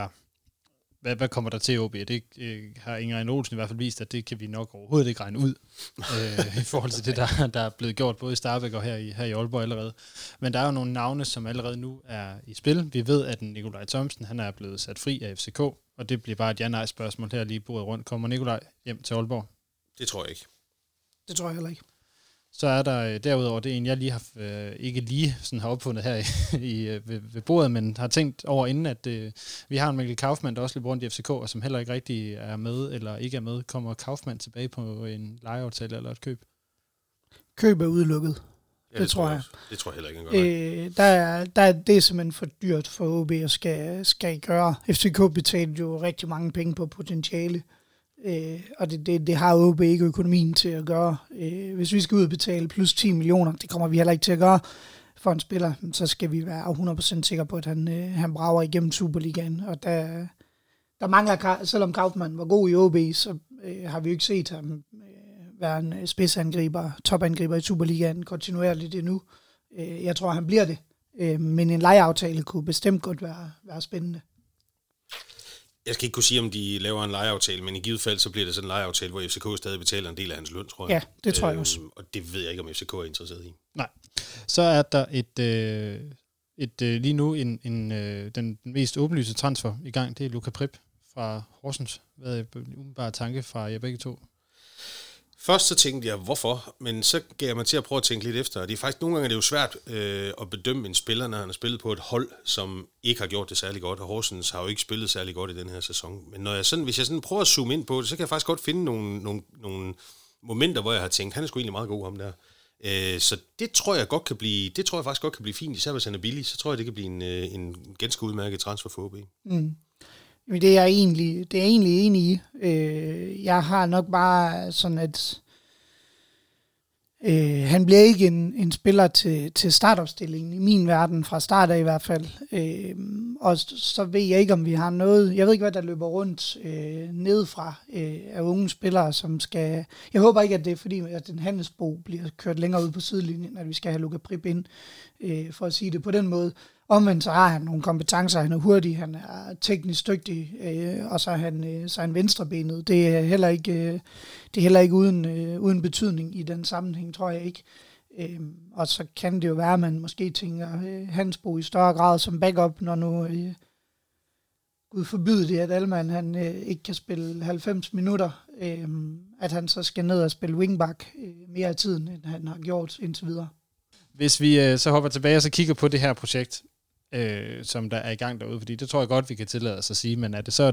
hvad kommer der til OB? Det har Inger Olsen i hvert fald vist, at det kan vi nok overhovedet ikke regne ud i forhold til det, der er blevet gjort både i Starbæk og her i Aalborg allerede. Men der er jo nogle navne, som allerede nu er i spil. Vi ved, at Nikolaj Thomsen, han er blevet sat fri af FCK, og det bliver bare et ja-nej-spørgsmål her lige bordet rundt. Kommer Nikolaj hjem til Aalborg?
Det tror jeg ikke.
Det tror jeg heller ikke.
Så er der derudover, det er en, jeg lige har, ikke lige sådan har opfundet her ved bordet, men har tænkt over inden, at vi har en Mikkel Kaufmann, der også løber rundt i FCK, og som heller ikke rigtig er med, eller ikke er med. Kommer Kaufmann tilbage på en lejeaftale eller et køb?
Køb er udelukket.
Ja,
det tror jeg.
Det tror jeg heller ikke.
Det er simpelthen for dyrt for OB at skal gøre. FCK betalte jo rigtig mange penge på potentiale. Og det har OB ikke økonomien til at gøre. Hvis vi skal ud og betale plus 10 millioner, det kommer vi heller ikke til at gøre for en spiller, så skal vi være 100% sikre på, at han brager igennem Superligaen. Og der mangler, selvom Kaufmann var god i OB, så har vi jo ikke set ham være en spidsangriber, topangriber i Superligaen kontinuerligt endnu. Jeg tror, han bliver det. Men en lejeaftale kunne bestemt godt være spændende.
Jeg skal ikke kunne sige, om de laver en lejeaftale, men i givet fald, så bliver det sådan en lejeaftale, hvor FCK stadig betaler en del af hans løn, tror jeg.
Ja, det tror jeg også.
Og det ved jeg ikke, om FCK er interesseret i.
Nej. Så er der lige nu den mest åbenlyse transfer i gang. Det er Luka Prip fra Horsens. Hvad er umiddelbart tanke fra jer begge to?
Først så tænkte jeg, hvorfor? Men så gav jeg mig til at prøve at tænke lidt efter. Det er faktisk nogle gange er det jo svært at bedømme en spiller, når han har spillet på et hold, som ikke har gjort det særlig godt. Og Horsens har jo ikke spillet særlig godt i den her sæson. Men hvis jeg sådan prøver at zoome ind på det, så kan jeg faktisk godt finde nogle momenter, hvor jeg har tænkt, han er sgu egentlig meget god ham der. Så det tror jeg faktisk godt kan blive fint, især hvis han er billig, så tror jeg, det kan blive en ganske udmærket transfer for OB.
Det er jeg egentlig enig i. Jeg har nok bare sådan, at han bliver ikke en spiller til startopstillingen, i min verden, fra start af i hvert fald. Og så ved jeg ikke, om vi har noget. Jeg ved ikke, hvad der løber rundt nedefra af unge spillere, som skal... Jeg håber ikke, at det er fordi, at den handelsbro bliver kørt længere ud på sidelinjen, at vi skal have Luka Prip ind, for at sige det på den måde. Omvendt så har han nogle kompetencer, han er hurtig, han er teknisk dygtig, og så er han venstrebenet. Det er heller ikke uden betydning i den sammenhæng, tror jeg ikke. Og så kan det jo være, at man måske tænker Hansbo i større grad som backup, når nu Gud forbyde det, at Alman han ikke kan spille 90 minutter, at han så skal ned og spille wingback mere af tiden, end han har gjort indtil videre.
Hvis vi så hopper tilbage og så kigger på det her projekt, som der er i gang derude, fordi det tror jeg godt, vi kan tillade os at sige, men er det så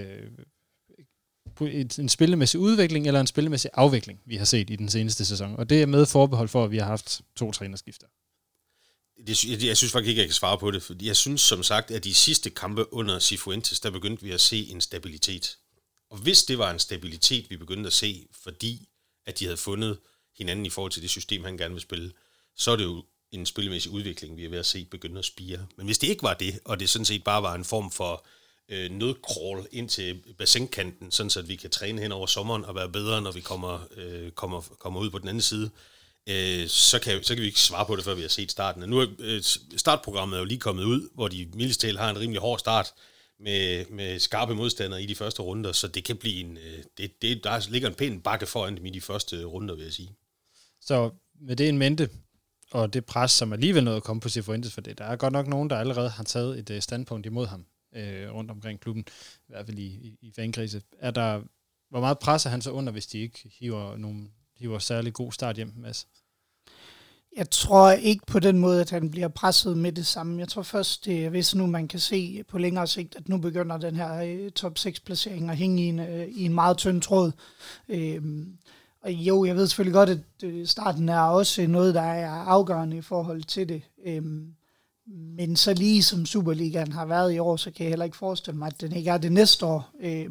en spillemæssig udvikling eller en spillemæssig afvikling, vi har set i den seneste sæson? Og det er med forbehold for, at vi har haft 2 trænerskifter.
Jeg synes faktisk ikke, jeg kan svare på det, fordi jeg synes som sagt, at de sidste kampe under Cifuentes, der begyndte vi at se en stabilitet. Og hvis det var en stabilitet, vi begyndte at se, fordi at de havde fundet hinanden i forhold til det system, han gerne vil spille, så er det jo en spillemæssig udvikling, vi er ved at se begynde at spire. Men hvis det ikke var det, og det sådan set bare var en form for nødcrawl ind til bassinkanten, sådan så at vi kan træne hen over sommeren og være bedre, når vi kommer ud på den anden side, så kan vi ikke svare på det, før vi har set starten. Nu er startprogrammet jo lige kommet ud, hvor de mildest talt har en rimelig hård start med skarpe modstandere i de første runder, så det kan blive der ligger en pæn bakke foran dem i de første runder, vil jeg sige. Så
med det en mente, og det pres, som alligevel nåede at komme på Cifuentes, for det, der er godt nok nogen, der allerede har taget et standpunkt imod ham rundt omkring klubben, i hvert fald i fankrise. Hvor meget presser han så under, hvis de ikke hiver særlig god start hjem, Mads?
Jeg tror ikke på den måde, at han bliver presset med det samme. Jeg tror først, det er, hvis nu man kan se på længere sigt, at nu begynder den her top 6-placering at hænge i en meget tynd tråd. Og jo, jeg ved selvfølgelig godt, at starten er også noget, der er afgørende i forhold til det. Men så lige som Superligaen har været i år, så kan jeg heller ikke forestille mig, at den ikke er det næste år,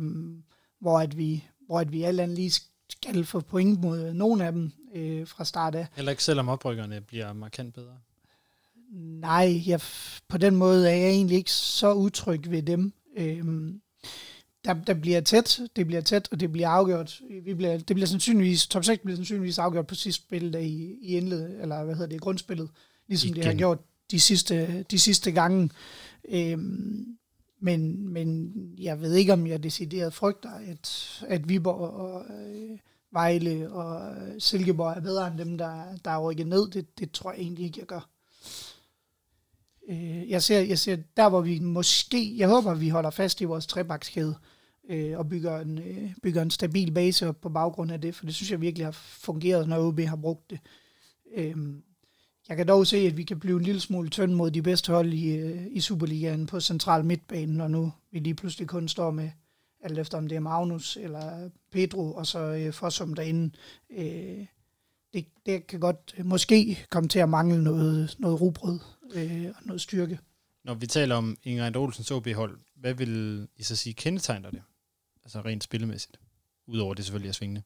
hvor vi alle andet lige skal få point mod nogle af dem fra start af.
Heller ikke selvom oprykkerne bliver markant bedre?
Nej, på den måde er jeg egentlig ikke så utryg ved dem. Det bliver tæt, og det bliver afgjort. Det bliver sandsynligvis, top 6 bliver sandsynligvis afgjort på sidste spil i indledet, eller grundspillet, ligesom igen. Det har gjort de sidste gange. Men jeg ved ikke, om jeg decideret frygter, at Viborg og Vejle og Silkeborg er bedre end dem, der er rykket ned. Det tror jeg egentlig ikke, jeg gør. Jeg ser der, hvor vi måske, jeg håber, vi holder fast i vores trebakskæde og bygger en stabil base op på baggrund af det, for det synes jeg virkelig har fungeret, når OB har brugt det. Jeg kan dog se, at vi kan blive en lille smule tynd mod de bedste hold i Superligaen på central midtbanen, når nu vi lige pludselig kun står med, alt efter om det er Magnus eller Pedro, og så Fossum derinde. Det kan godt måske komme til at mangle noget rugbrød og noget styrke.
Når vi taler om Ingrid Olsens OB-hold, hvad vil I så sige kendetegner det? Altså rent spillemæssigt. Udover det selvfølgelig er svingende.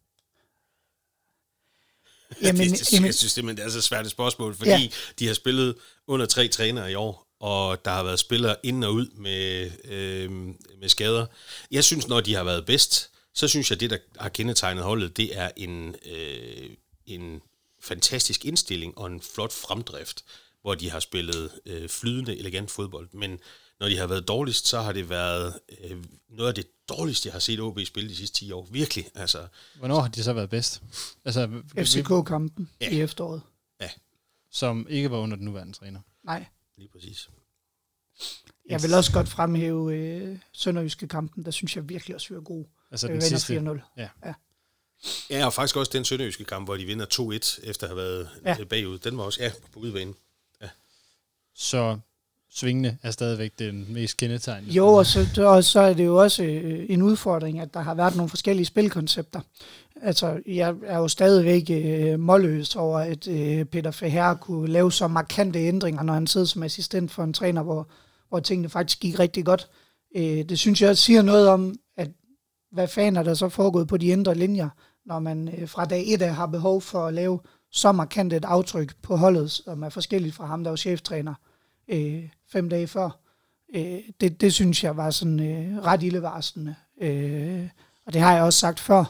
Jeg synes det er så svært et spørgsmål, fordi de har spillet under 3 trænere i år, og der har været spillere ind og ud med skader. Jeg synes, når de har været bedst, så synes jeg, det der har kendetegnet holdet, det er en fantastisk indstilling og en flot fremdrift, hvor de har spillet flydende, elegant fodbold. Men når de har været dårligst, så har det været noget af det dårligste, jeg har set OB spille de sidste 10 år. Virkelig. Altså.
Hvornår har de så været bedst? Altså,
FCK-kampen i efteråret.
Ja.
Som ikke var under den nuværende træner.
Nej.
Lige præcis.
Jeg vil også godt fremhæve Sønderjyske kampen. Der synes jeg virkelig også, vi er gode.
Altså den sidste.
4-0.
Ja.
Ja, og faktisk også den Sønderjyske kamp, hvor de vinder 2-1 efter at have været bagud. Den var også på udbanen. Ja.
Så svingende er stadigvæk den mest kendetegnende.
Jo, og så er det jo også en udfordring, at der har været nogle forskellige spilkoncepter. Altså, jeg er jo stadigvæk målløs over, at Peter Feher kunne lave så markante ændringer, når han sidder som assistent for en træner, hvor tingene faktisk gik rigtig godt. Det synes jeg siger noget om, at hvad fanden er der så foregået på de indre linjer, når man fra dag 1 har behov for at lave så markant et aftryk på holdet, som er forskelligt fra ham, der var cheftræner 5 dage før. Det synes jeg var sådan ret ildevarslende. Og det har jeg også sagt før.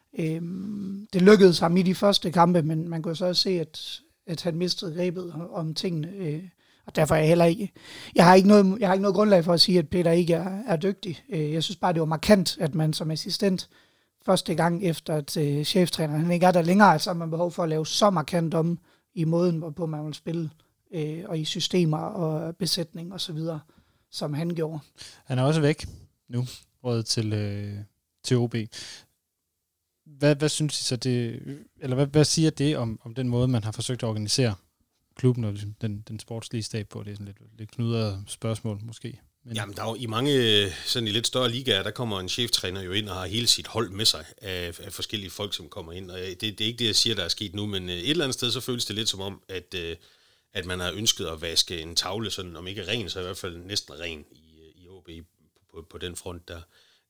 Det lykkedes ham i de første kampe, men man kunne så også se, at han mistede grebet om tingene. Og derfor er jeg heller ikke... Jeg har ikke noget grundlag for at sige, at Peter ikke er dygtig. Jeg synes bare, det var markant, at man som assistent første gang efter, at cheftræneren han ikke er der længere, altså man behov for at lave så markant om i måden, hvorpå man vil spille, og i systemer og besætning og så videre, som han gjorde.
Han er også væk nu, rådet til OB. Hvad synes I så det, eller hvad siger det om den måde, man har forsøgt at organisere klubben og den sportslige stab på? Det er sådan lidt knudret spørgsmål måske. Men... Jamen, der er jo i mange sådan i lidt større ligaer, der kommer en cheftræner jo ind og har hele sit hold med sig af forskellige folk, som kommer ind. Og det er ikke det, jeg siger, der er sket nu, men et eller andet sted, så føles det lidt som om, at man har ønsket at vaske en tavle, sådan om ikke ren, så i hvert fald næsten ren i OB på den front der.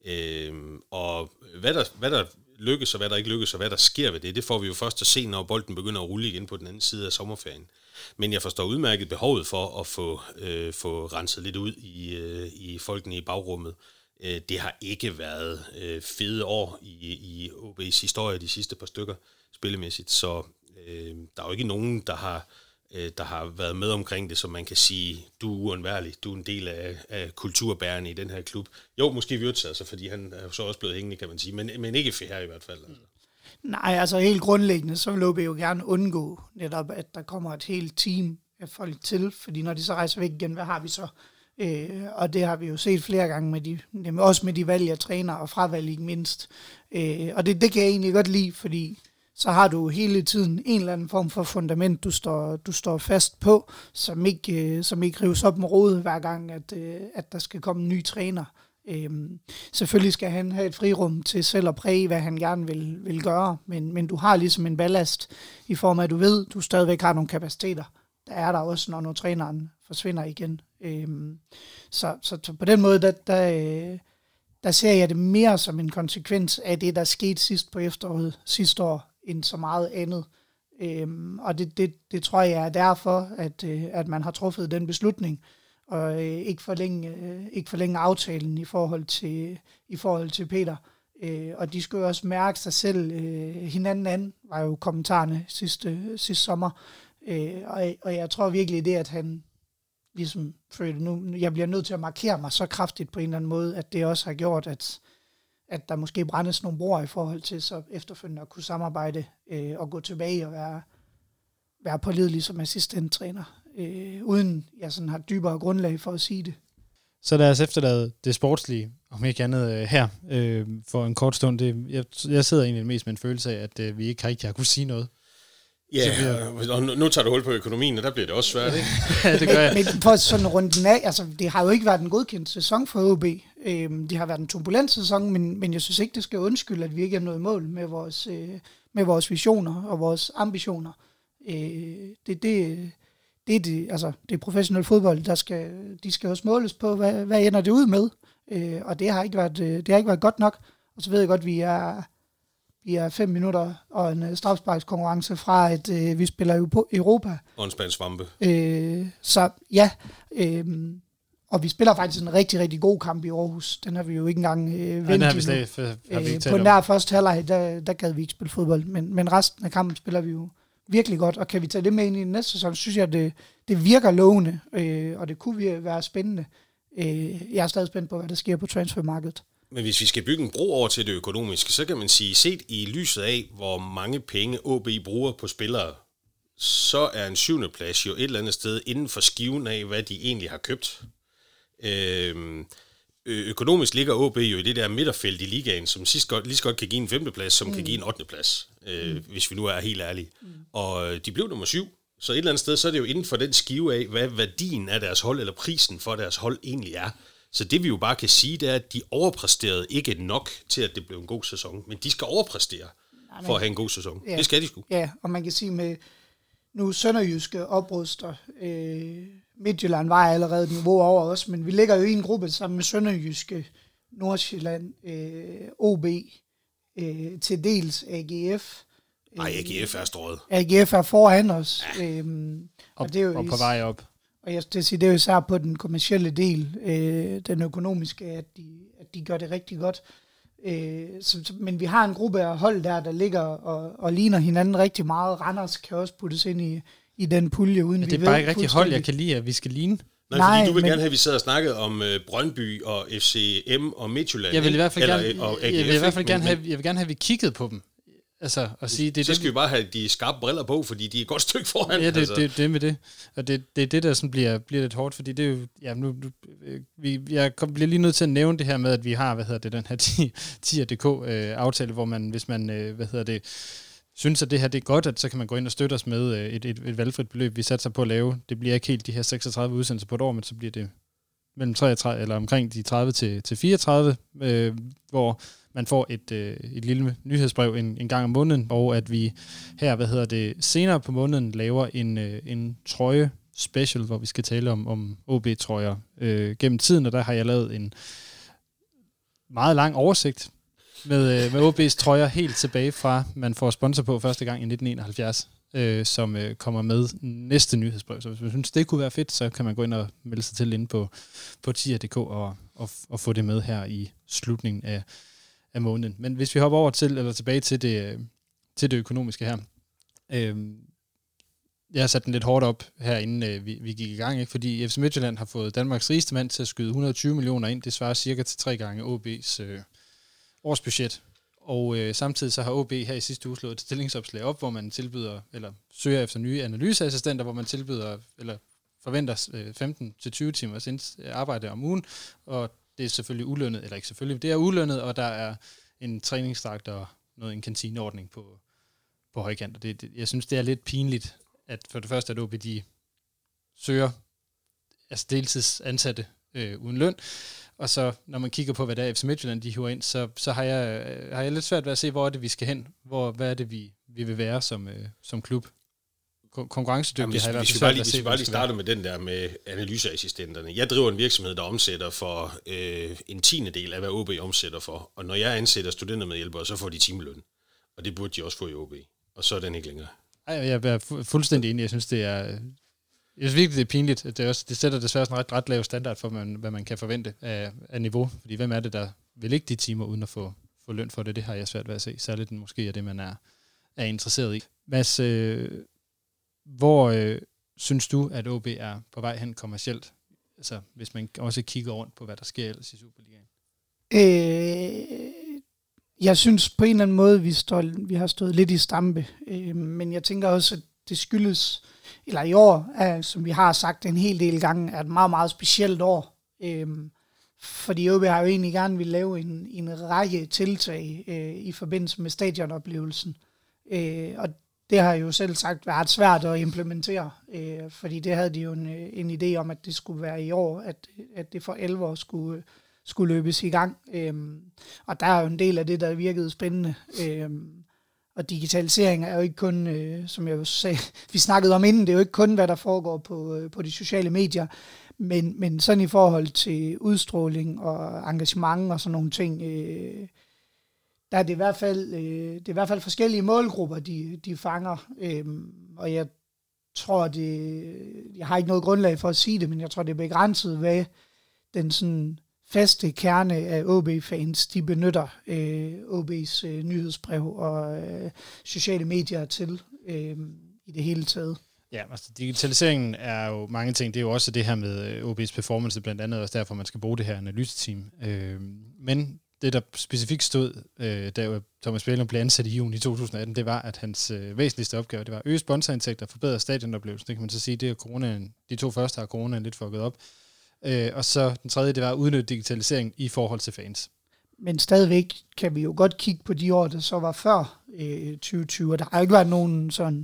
Og hvad der lykkes, og hvad der ikke lykkes, og hvad der sker ved det får vi jo først at se, når bolden begynder at rulle igen på den anden side af sommerferien. Men jeg forstår udmærket behovet for at få renset lidt ud i folkene i bagrummet. Det har ikke været fede år i OB's historie, de sidste par stykker spillemæssigt, så der er jo ikke nogen, der har været med omkring det, så man kan sige, du er uundværlig, du er en del af kulturbærende i den her klub. Jo, måske Wirtz, altså, fordi han er så også blevet hængende, kan man sige, men ikke Feher i hvert fald. Altså.
Nej, altså helt grundlæggende, så vil OB jo gerne undgå netop, at der kommer et helt team af folk til, fordi når de så rejser væk igen, hvad har vi så? Og det har vi jo set flere gange, også med de valg af træner og fravalg ikke mindst. Og det kan jeg egentlig godt lide, fordi så har du hele tiden en eller anden form for fundament, du står fast på, som ikke rives op med rodet hver gang, at der skal komme en ny træner. Selvfølgelig skal han have et frirum til selv at præge, hvad han gerne vil gøre, men du har ligesom en ballast i form af, at du ved, du stadigvæk har nogle kapaciteter. Der er der også, når træneren forsvinder igen. Så på den måde, der ser jeg det mere som en konsekvens af det, der skete sidst på efteråret sidste år, end så meget andet. Og det tror jeg er derfor, at man har truffet den beslutning, og ikke forlænge aftalen i forhold til Peter. Og de skulle også mærke sig selv hinanden an, var jo kommentarerne sidste sommer. Og jeg tror virkelig det, at han ligesom følte, nu jeg bliver nødt til at markere mig så kraftigt på en eller anden måde, at det også har gjort, at der måske brændes nogle broer i forhold til så efterfølgende at kunne samarbejde og gå tilbage og være pålidelig som assistenttræner, uden jeg sådan har dybere grundlag for at sige det. Så lad os efterlade det sportslige, om ikke andet her, for en kort stund. Jeg sidder egentlig mest med en følelse af, at vi ikke rigtig har kunne sige noget.
Ja, og nu tager du hul på økonomien, og der bliver det også svært, ikke?
Ja, det gør jeg.
Men for sådan runden af, altså det har jo ikke været en godkendt sæson for OB. Det har været en turbulent sæson, men jeg synes ikke, det skal undskylde, at vi ikke er nået mål med vores visioner og vores ambitioner. Det er professionel fodbold, de skal også måles på, hvad ender det ud med. Og det har ikke været godt nok. Og så ved jeg godt, at vi er 5 minutter og en strafsparkskonkurrence fra, at vi spiller jo på Europa.
Og en spændt svampe.
Så ja, og vi spiller faktisk en rigtig, rigtig god kamp i Aarhus. Den har vi jo ikke engang vendt på den der første halvleg, der gad vi ikke spille fodbold. Men resten af kampen spiller vi jo virkelig godt. Og kan vi tage det med ind i den næste sæson, synes jeg, det virker lovende, og det kunne være spændende. Jeg er stadig spændt på, hvad der sker på transfermarkedet.
Men hvis vi skal bygge en bro over til det økonomiske, så kan man sige, set i lyset af, hvor mange penge OB bruger på spillere, så er en 7. plads jo et eller andet sted inden for skiven af, hvad de egentlig har købt. Økonomisk ligger OB jo i det der midterfelt i ligaen, som lige så godt kan give en 5. plads, som kan give en 8. plads, hvis vi nu er helt ærlige. Og de blev nummer 7 Så et eller andet sted, så er det jo inden for den skive af, hvad værdien af deres hold, eller prisen for deres hold egentlig er. Så det vi jo bare kan sige, det er, at de overpræsterede ikke nok til, at det blev en god sæson. Men de skal overpræstere for at have en god sæson. Ja. Det skal de sgu.
Ja, og man kan sige med, nu Sønderjyske opruster, Midtjylland var allerede niveau over os, men vi ligger jo i en gruppe sammen med Sønderjyske, Nordsjælland, OB, til dels AGF.
Nej, AGF er strøget.
AGF er foran os. Ja.
Og det er jo på vej op.
Og jeg skal sige, det er jo især på den kommercielle del, den økonomiske, at de gør det rigtig godt. Men vi har en gruppe af hold der ligger og ligner hinanden rigtig meget. Randers kan også puttes ind i den pulje, uden
det er bare ikke rigtig hold, jeg kan lide, at vi skal ligne.
Nej, fordi du vil gerne have, at vi sidder og snakker om Brøndby og FCM og Midtjylland.
Jeg vil i hvert fald gerne have, at vi kiggede på dem. Altså, at sige,
så skal vi bare have de skarpe briller på, fordi de er et godt stykke foran.
Ja, det med det. Og det er det, der sådan bliver lidt hårdt, fordi det er jo... Ja, jeg bliver lige nødt til at nævne det her med, at vi har, den her tier.dk-aftale, hvor man, hvis man, synes, at det her det er godt, at så kan man gå ind og støtte os med et valgfrit beløb. Vi satser på at lave. Det bliver ikke helt de her 36 udsendelser på et år, men så bliver det mellem 33, eller omkring de 30 til 34, hvor man får et lille nyhedsbrev en gang om måneden, og at vi her, senere på måneden laver en trøje special, hvor vi skal tale om OB-trøjer gennem tiden, og der har jeg lavet en meget lang oversigt med OB's trøjer helt tilbage fra, man får sponsor på første gang i 1971, som kommer med næste nyhedsbrev. Så hvis man synes, det kunne være fedt, så kan man gå ind og melde sig til inde på tier.dk og få det med her i slutningen af måneden. Men hvis vi hopper over tilbage til det økonomiske her. Jeg har sat den lidt hårdt op her, inden vi gik i gang, ikke? Fordi FC Midtjylland har fået Danmarks rigeste mand til at skyde 120 millioner ind. Det svarer cirka til 3 gange OB's årsbudget. Og samtidig så har OB her i sidste uge slået et stillingsopslag op, hvor man tilbyder, eller søger efter nye analyseassistenter, hvor man tilbyder, eller forventer 15-20 timers arbejde om ugen, og det er selvfølgelig ulønnet, eller ikke selvfølgelig, det er ulønnet, og der er en træningsdragt og en kantineordning på højkant. Og jeg synes, det er lidt pinligt, at for det første, at OB de søger altså deltidsansatte uden løn, og så når man kigger på, hvad der er FC Midtjylland, de hiver ind, så har jeg lidt svært ved at se, hvor er det, vi skal hen, hvad er det, vi vil være som klub. Konkurrencedygtig har jeg i hvert fald svært ved at se,
hvis vi bare lige starter med den der med analyseassistenterne. Jeg driver en virksomhed, der omsætter for en 10% af, hvad OB omsætter for, og når jeg ansætter studentermedhjælpere, så får de timeløn, og det burde de også få i OB, og så er den ikke længere.
Ej, jeg er fuldstændig enig. Jeg synes, jeg synes virkelig, det er pinligt. Det sætter desværre sådan ret lav standard for, hvad man kan forvente af niveau. Fordi hvem er det, der vil ikke de timer uden at få løn for det? Det har jeg svært ved at se. Særligt måske er det, man er interesseret i. Mads, hvor synes du, at OB er på vej hen kommercielt? Altså, hvis man også kigger rundt på, hvad der sker ellers i Superligaen.
Jeg synes på en eller anden måde, vi har stået lidt i stampe. Men jeg tænker også, at det skyldes, eller i år, som vi har sagt en hel del gange, er et meget, meget specielt år. Fordi OB har jo egentlig gerne vil lave en række tiltag i forbindelse med stadionoplevelsen. Og det har jo selv sagt været svært at implementere, fordi det havde de jo en idé om, at det skulle være i år, at det for 11 år skulle løbes i gang. Og der er jo en del af det, der virkede spændende. Og digitalisering er jo ikke kun, som jeg sagde, vi snakkede om inden, det er jo ikke kun, hvad der foregår på de sociale medier, men sådan i forhold til udstråling og engagement og sådan nogle ting, der er det i hvert fald forskellige målgrupper, de fanger. Og jeg tror, jeg har ikke noget grundlag for at sige det, men jeg tror, det er begrænset, hvad den sådan faste kerne af OB-fans, de benytter OB's nyhedsbrev og sociale medier til i det hele taget.
Ja, altså digitaliseringen er jo mange ting. Det er jo også det her med OB's performance, blandt andet også derfor, man skal bruge det her analyseteam. Men det, der specifikt stod, da Thomas Bjelland blev ansat i juni 2018, det var, at hans væsentligste opgave, det var at øge sponsorindtægter og forbedre stadionoplevelsen. Det kan man så sige, det er coronaen. De 2 første har coronaen lidt fucket op. Og så den tredje, det var at udnytte digitalisering i forhold til fans.
Men stadigvæk kan vi jo godt kigge på de år, der så var før 2020, og der har ikke været nogen sådan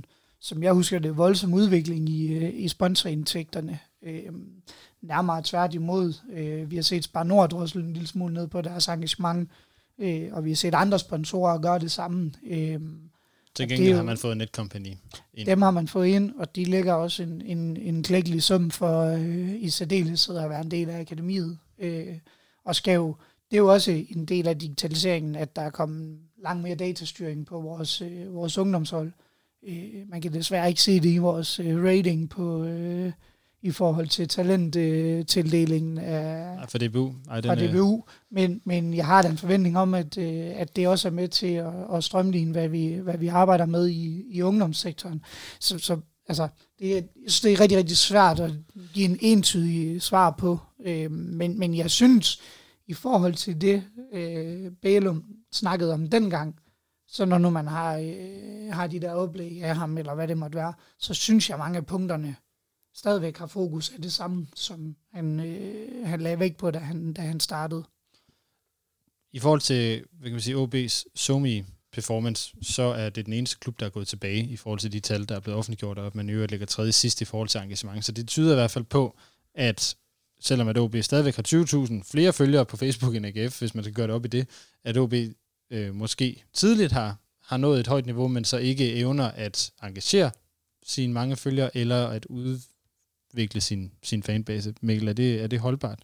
som jeg husker det, voldsom udvikling i sponsorindtægterne. Nærmere tværtimod. Vi har set Spar Nord drosle en lille smule ned på deres engagement, og vi har set andre sponsorer gøre det samme.
Til gengæld har man fået Netcompany ind.
Dem har man fået ind, og de lægger også en klækkelig sum for i særdeleshed at være en del af akademiet. Og det er jo også en del af digitaliseringen, at der er kommet langt mere datastyring på vores ungdomshold. Man kan desværre ikke se det i vores rating på i forhold til talenttildelingen af
fra DBU.
Fra DBU. Men jeg har da en forventning om, at det også er med til at strømline, hvad vi arbejder med i ungdomssektoren. Så altså, det er rigtig, rigtig svært at give en entydig svar på. Men jeg synes, i forhold til det, Bælum snakkede om dengang, så når nu man har de der oplæg af ham, eller hvad det måtte være, så synes jeg, mange af punkterne stadigvæk har fokus af det samme, som han lagde vægt på, da han startede.
I forhold til, hvad kan man sige, OB's SoMe performance, så er det den eneste klub, der er gået tilbage i forhold til de tal, der er blevet offentliggjort, og man i øvrigt ligger tredje sidst i forhold til engagement. Så det tyder i hvert fald på, at selvom at OB stadigvæk har 20.000 flere følgere på Facebook end AGF, hvis man skal gøre det op i det, at OB måske tidligt har nået et højt niveau, men så ikke evner at engagere sine mange følgere, eller at udvikle sin fanbase. Mikkel, er det holdbart?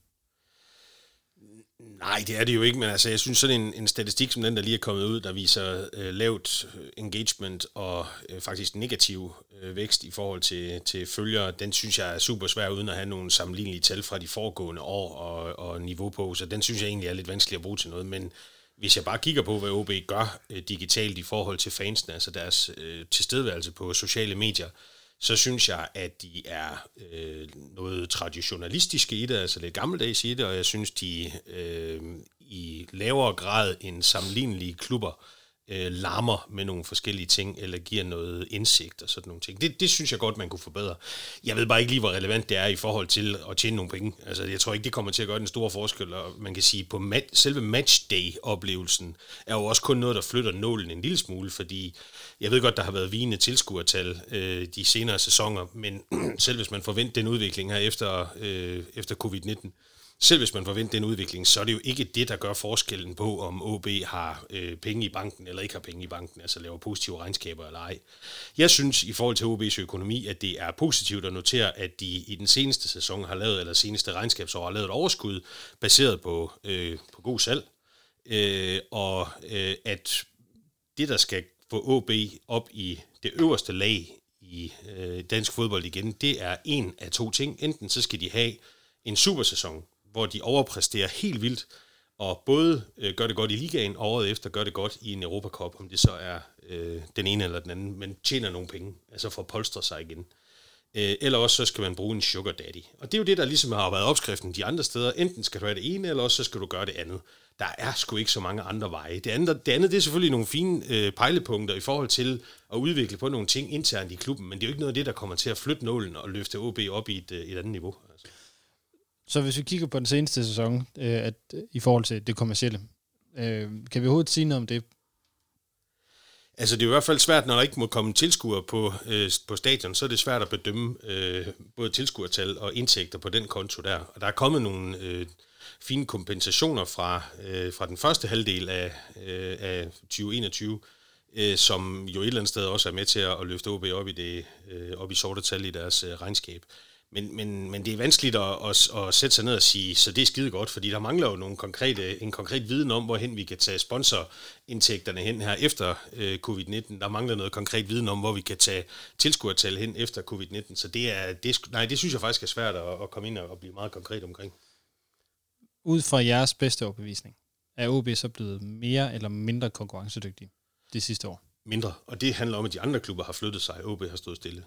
Nej, det er det jo ikke, men altså, jeg synes sådan en statistik som den, der lige er kommet ud, der viser lavt engagement og faktisk negativ vækst i forhold til følgere, den synes jeg er super svær, uden at have nogle sammenlignelige tal fra de foregående år og niveau på, så den synes jeg egentlig er lidt vanskelig at bruge til noget, men hvis jeg bare kigger på, hvad OB gør digitalt i forhold til fansene, altså deres tilstedeværelse på sociale medier, så synes jeg, at de er noget traditionalistiske i det, altså lidt gammeldags i det, og jeg synes, de i lavere grad end sammenlignelige klubber larmer med nogle forskellige ting, eller giver noget indsigt og sådan nogle ting. Det synes jeg godt, man kunne forbedre. Jeg ved bare ikke lige, hvor relevant det er i forhold til at tjene nogle penge. Altså, jeg tror ikke, det kommer til at gøre den store forskel, og man kan sige, på selve matchday-oplevelsen er jo også kun noget, der flytter nålen en lille smule, fordi jeg ved godt, der har været vigende tilskuertal de senere sæsoner, men selv hvis man forventer den udvikling her efter covid-19, selv hvis man forventer den udvikling, så er det jo ikke det, der gør forskellen på, om OB har penge i banken eller ikke har penge i banken, altså laver positive regnskaber eller ej. Jeg synes i forhold til OB's økonomi, at det er positivt at notere, at de i den seneste sæson har lavet, eller seneste regnskabsår har lavet et overskud, baseret på god salg, og at det, der skal få OB op i det øverste lag i dansk fodbold igen, det er en af to ting. Enten så skal de have en supersæson, hvor de overpræsterer helt vildt, og både gør det godt i ligaen, og året efter gør det godt i en Europa Cup, om det så er den ene eller den anden, men tjener nogle penge, altså for at polstre sig igen. Eller også så skal man bruge en sugar daddy. Og det er jo det, der ligesom har været opskriften de andre steder. Enten skal du have det ene, eller også så skal du gøre det andet. Der er sgu ikke så mange andre veje. Det andet det er selvfølgelig nogle fine pejlepunkter i forhold til at udvikle på nogle ting internt i klubben, men det er jo ikke noget af det, der kommer til at flytte nålen og løfte OB op i et andet niveau. Altså.
Så hvis vi kigger på den seneste sæson, i forhold til det kommercielle, kan vi overhovedet sige noget om det?
Altså det er i hvert fald svært, når der ikke må komme tilskuere på stadion, så er det svært at bedømme både tilskuertal og indtægter på den konto der. Og der er kommet nogle fine kompensationer fra den første halvdel af 2021, som jo et eller andet sted også er med til at løfte OB op i sorte tal i deres regnskab. Men det er vanskeligt at sætte sig ned og sige, så det er skide godt, fordi der mangler jo en konkret viden om, hvorhen vi kan tage sponsorindtægterne hen her efter covid-19. Der mangler noget konkret viden om, hvor vi kan tage tilskuertal hen efter covid-19. Så det synes jeg faktisk er svært at komme ind og blive meget konkret omkring.
Ud fra jeres bedste overbevisning, er OB så blevet mere eller mindre konkurrencedygtige det sidste år?
Mindre, og det handler om, at de andre klubber har flyttet sig, OB har stået stille.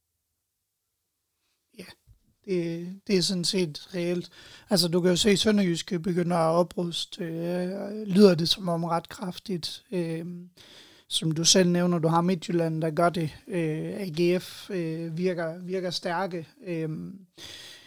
Ja, det er sådan set reelt. Altså du kan jo se, at Sønderjyske begynder at opruste, lyder det som om ret kraftigt. Som du selv nævner, du har Midtjylland, der gør det. AGF virker stærke.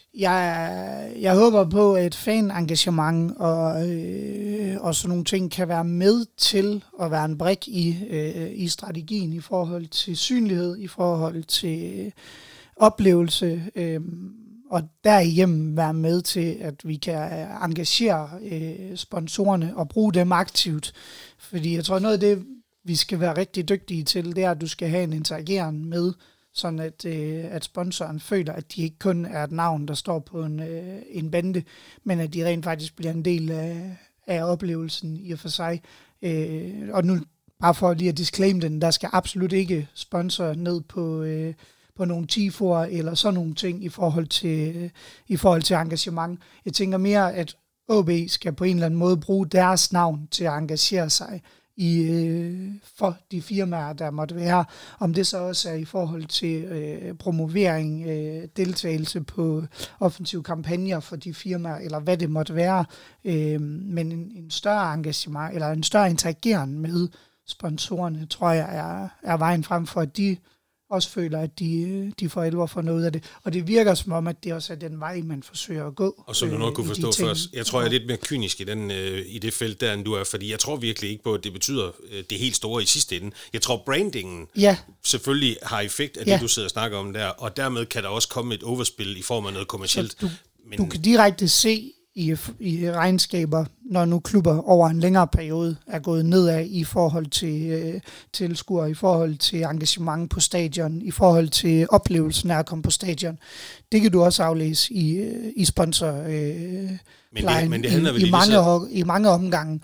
Jeg håber på, at fan-engagement og sådan nogle ting kan være med til at være en brik i strategien i forhold til synlighed, i forhold til oplevelse, og derigennem være med til, at vi kan engagere sponsorerne og bruge dem aktivt. Fordi jeg tror, noget af det, vi skal være rigtig dygtige til, det er, at du skal have en interageren med, sådan at sponsoren føler, at de ikke kun er et navn, der står på en bande, men at de rent faktisk bliver en del af oplevelsen i og for sig. Og nu, bare for lige at disclaim den, der skal absolut ikke sponsor ned på nogle tifoer eller sådan nogle ting i forhold til engagement. Jeg tænker mere, at OB skal på en eller anden måde bruge deres navn til at engagere sig for de firmaer, der måtte være. Om det så også er i forhold til promovering, deltagelse på offensive kampagner for de firmaer, eller hvad det måtte være. Men en større engagement, eller en større interageren med sponsorerne, tror jeg er vejen frem for, at de også føler, at de for alvor får noget af det. Og det virker som om, at det også er den vej, man forsøger at gå.
Og som du nok kunne forstå først, jeg tror, jeg er lidt mere kynisk i det felt der, end du er, fordi jeg tror virkelig ikke på, at det betyder det helt store i sidste ende. Jeg tror, brandingen selvfølgelig har effekt af det, du sidder og snakker om der, og dermed kan der også komme et overspil i form af noget kommercielt.
Du kan direkte se i regnskaber, når nu klubber over en længere periode er gået nedad i forhold til tilskuere, i forhold til engagement på stadion, i forhold til oplevelsen af at komme på stadion. Det kan du også aflæse i sponsor
men det handler vel
i mange omgange.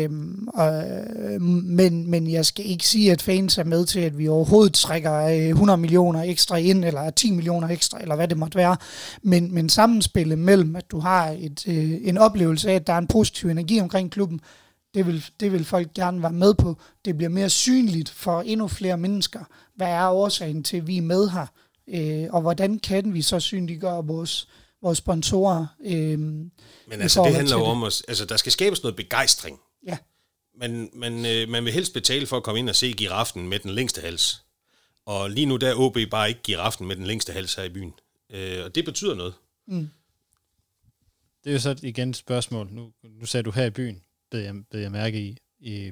Men jeg skal ikke sige, at fans er med til, at vi overhovedet trækker 100 millioner ekstra ind, eller 10 millioner ekstra, eller hvad det måtte være. Men sammenspillet mellem, at du har en oplevelse af, at der er en positiv energi omkring klubben, det vil folk gerne være med på. Det bliver mere synligt for endnu flere mennesker. Hvad er årsagen til, at vi er med her? Og hvordan kan vi så synliggøre vores sponsorer?
Men altså, det handler jo om, der skal skabes noget begejstring.
Ja.
Men man vil helst betale for at komme ind og se giraffen med den længste hals. Og lige nu der er OB bare ikke giraffen med den længste hals her i byen. Og det betyder noget.
Mm. Det er jo så igen et spørgsmål. Nu sagde du her i byen, bed jeg mærke i.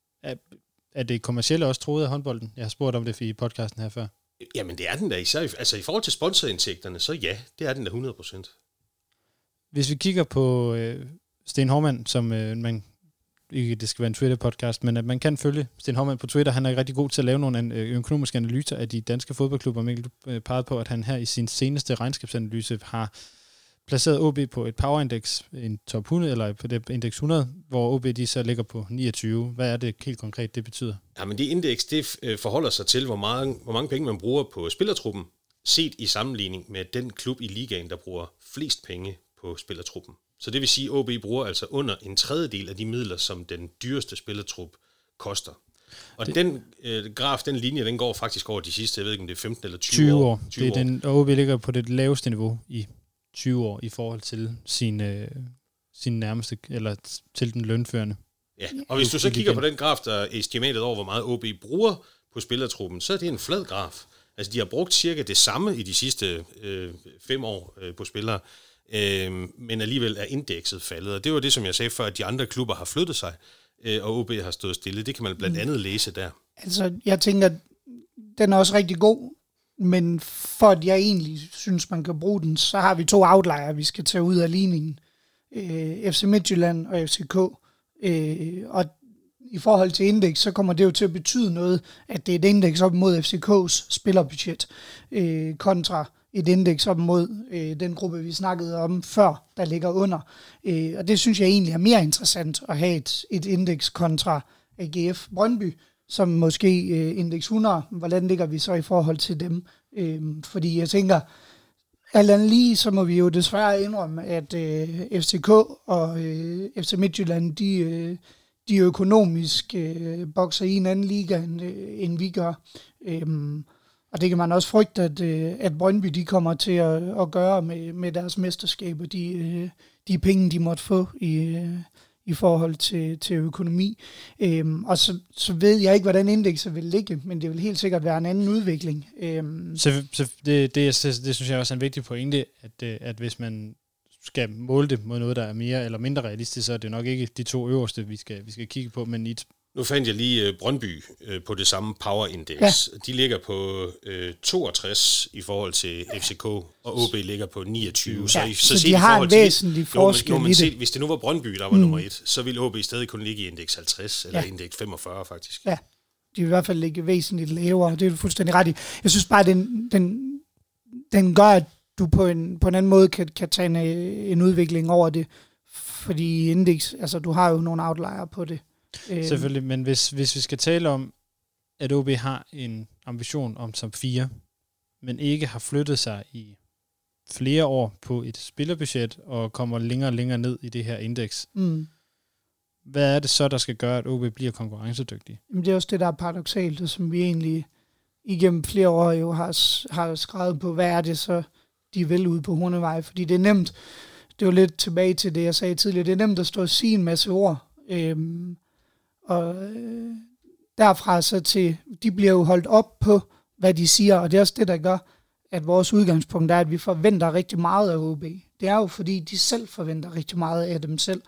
Er det kommercielle også troet af håndbolden? Jeg har spurgt om det i podcasten her før.
Jamen det er den da især. Altså i forhold til sponsorindtægterne, så ja, det er den da 100%. Hvis
vi kigger på Sten Hormann, som man ikke det skal være en Twitter-podcast, men at man kan følge Sten Hormann på Twitter. Han er rigtig god til at lave nogle økonomiske analyser af de danske fodboldklubber. Mikkel, du pegede på, at han her i sin seneste regnskabsanalyse har placeret OB på et power-index, en top 100, eller på det index 100, hvor OB de så ligger på 29. Hvad er det helt konkret, det betyder?
Ja, men det index, det forholder sig til, hvor mange penge man bruger på spillertruppen, set i sammenligning med den klub i ligaen, der bruger flest penge på spillertruppen. Så det vil sige, at OB bruger altså under en tredjedel af de midler, som den dyreste spillertrup koster. Og den graf, den linje, den går faktisk over de sidste, jeg ved ikke om det er 15 eller 20 år.
20 år. Det er OB ligger på det laveste niveau i 20 år i forhold til sin nærmeste, eller til den lønførende.
Ja, og hvis du så kigger på den graf, der er estimatet over, hvor meget OB bruger på spillertruppen, så er det en flad graf. Altså, de har brugt cirka det samme i de sidste 5 år på spillere, men alligevel er indekset faldet. Og det var det, som jeg sagde før, at de andre klubber har flyttet sig, og OB har stået stille. Det kan man blandt andet læse der. Altså,
jeg tænker, den er også rigtig god, men for at jeg egentlig synes, man kan bruge den, så har vi 2 outlier, vi skal tage ud af ligningen. FC Midtjylland og FCK. Og i forhold til indeks, så kommer det jo til at betyde noget, at det er et indeks op mod FCK's spillerbudget, kontra et indeks op mod den gruppe, vi snakkede om før, der ligger under. Og det synes jeg egentlig er mere interessant at have et indeks kontra AGF Brøndby, som måske indeks 100. Hvordan ligger vi så i forhold til dem? Fordi jeg tænker, alt andet lige, så må vi jo desværre indrømme, at FCK og FC Midtjylland, de økonomisk bokser i en anden liga, end vi gør. Og det kan man også frygte, at Brøndby de kommer til at gøre med deres mesterskab, og de penge, de måtte få i forhold til økonomi. Og så ved jeg ikke, hvordan indekset vil ligge, men det vil helt sikkert være en anden udvikling.
Det synes jeg også er en vigtig pointe, at hvis man skal måle det mod noget, der er mere eller mindre realistisk, så er det nok ikke de 2 øverste, vi skal kigge på, men
Nu fandt jeg lige Brøndby på det samme Power Index. Ja. De ligger på 62 i forhold til FCK, og OB ligger på 29.
Ja, så de har en væsentlig forskel i det.
Hvis det nu var Brøndby, der var nummer 1, så ville OB stadig kun ligge i indeks 50, eller indeks 45 faktisk.
Ja, de vil i hvert fald ligge væsentligt lavere, det er du fuldstændig ret i. Jeg synes bare, den gør, at du på en anden måde kan tage en udvikling over det, fordi indeks, altså du har jo nogle outlier på det.
Selvfølgelig, men hvis vi skal tale om, at OB har en ambition om top 4, men ikke har flyttet sig i flere år på et spillerbudget og kommer længere og længere ned i det her indeks, hvad er det så, der skal gøre, at OB bliver konkurrencedygtig?
Jamen, det er også det, der er paradoksalt, og som vi egentlig igennem flere år jo har skrevet på, hvad er det så, de vil ude på Hornevej, fordi det er nemt, det er jo lidt tilbage til det, jeg sagde tidligere, det er nemt at stå og sige en masse ord, og derfra så til, de bliver jo holdt op på, hvad de siger, og det er også det, der gør, at vores udgangspunkt er, at vi forventer rigtig meget af OB. Det er jo, fordi de selv forventer rigtig meget af dem selv.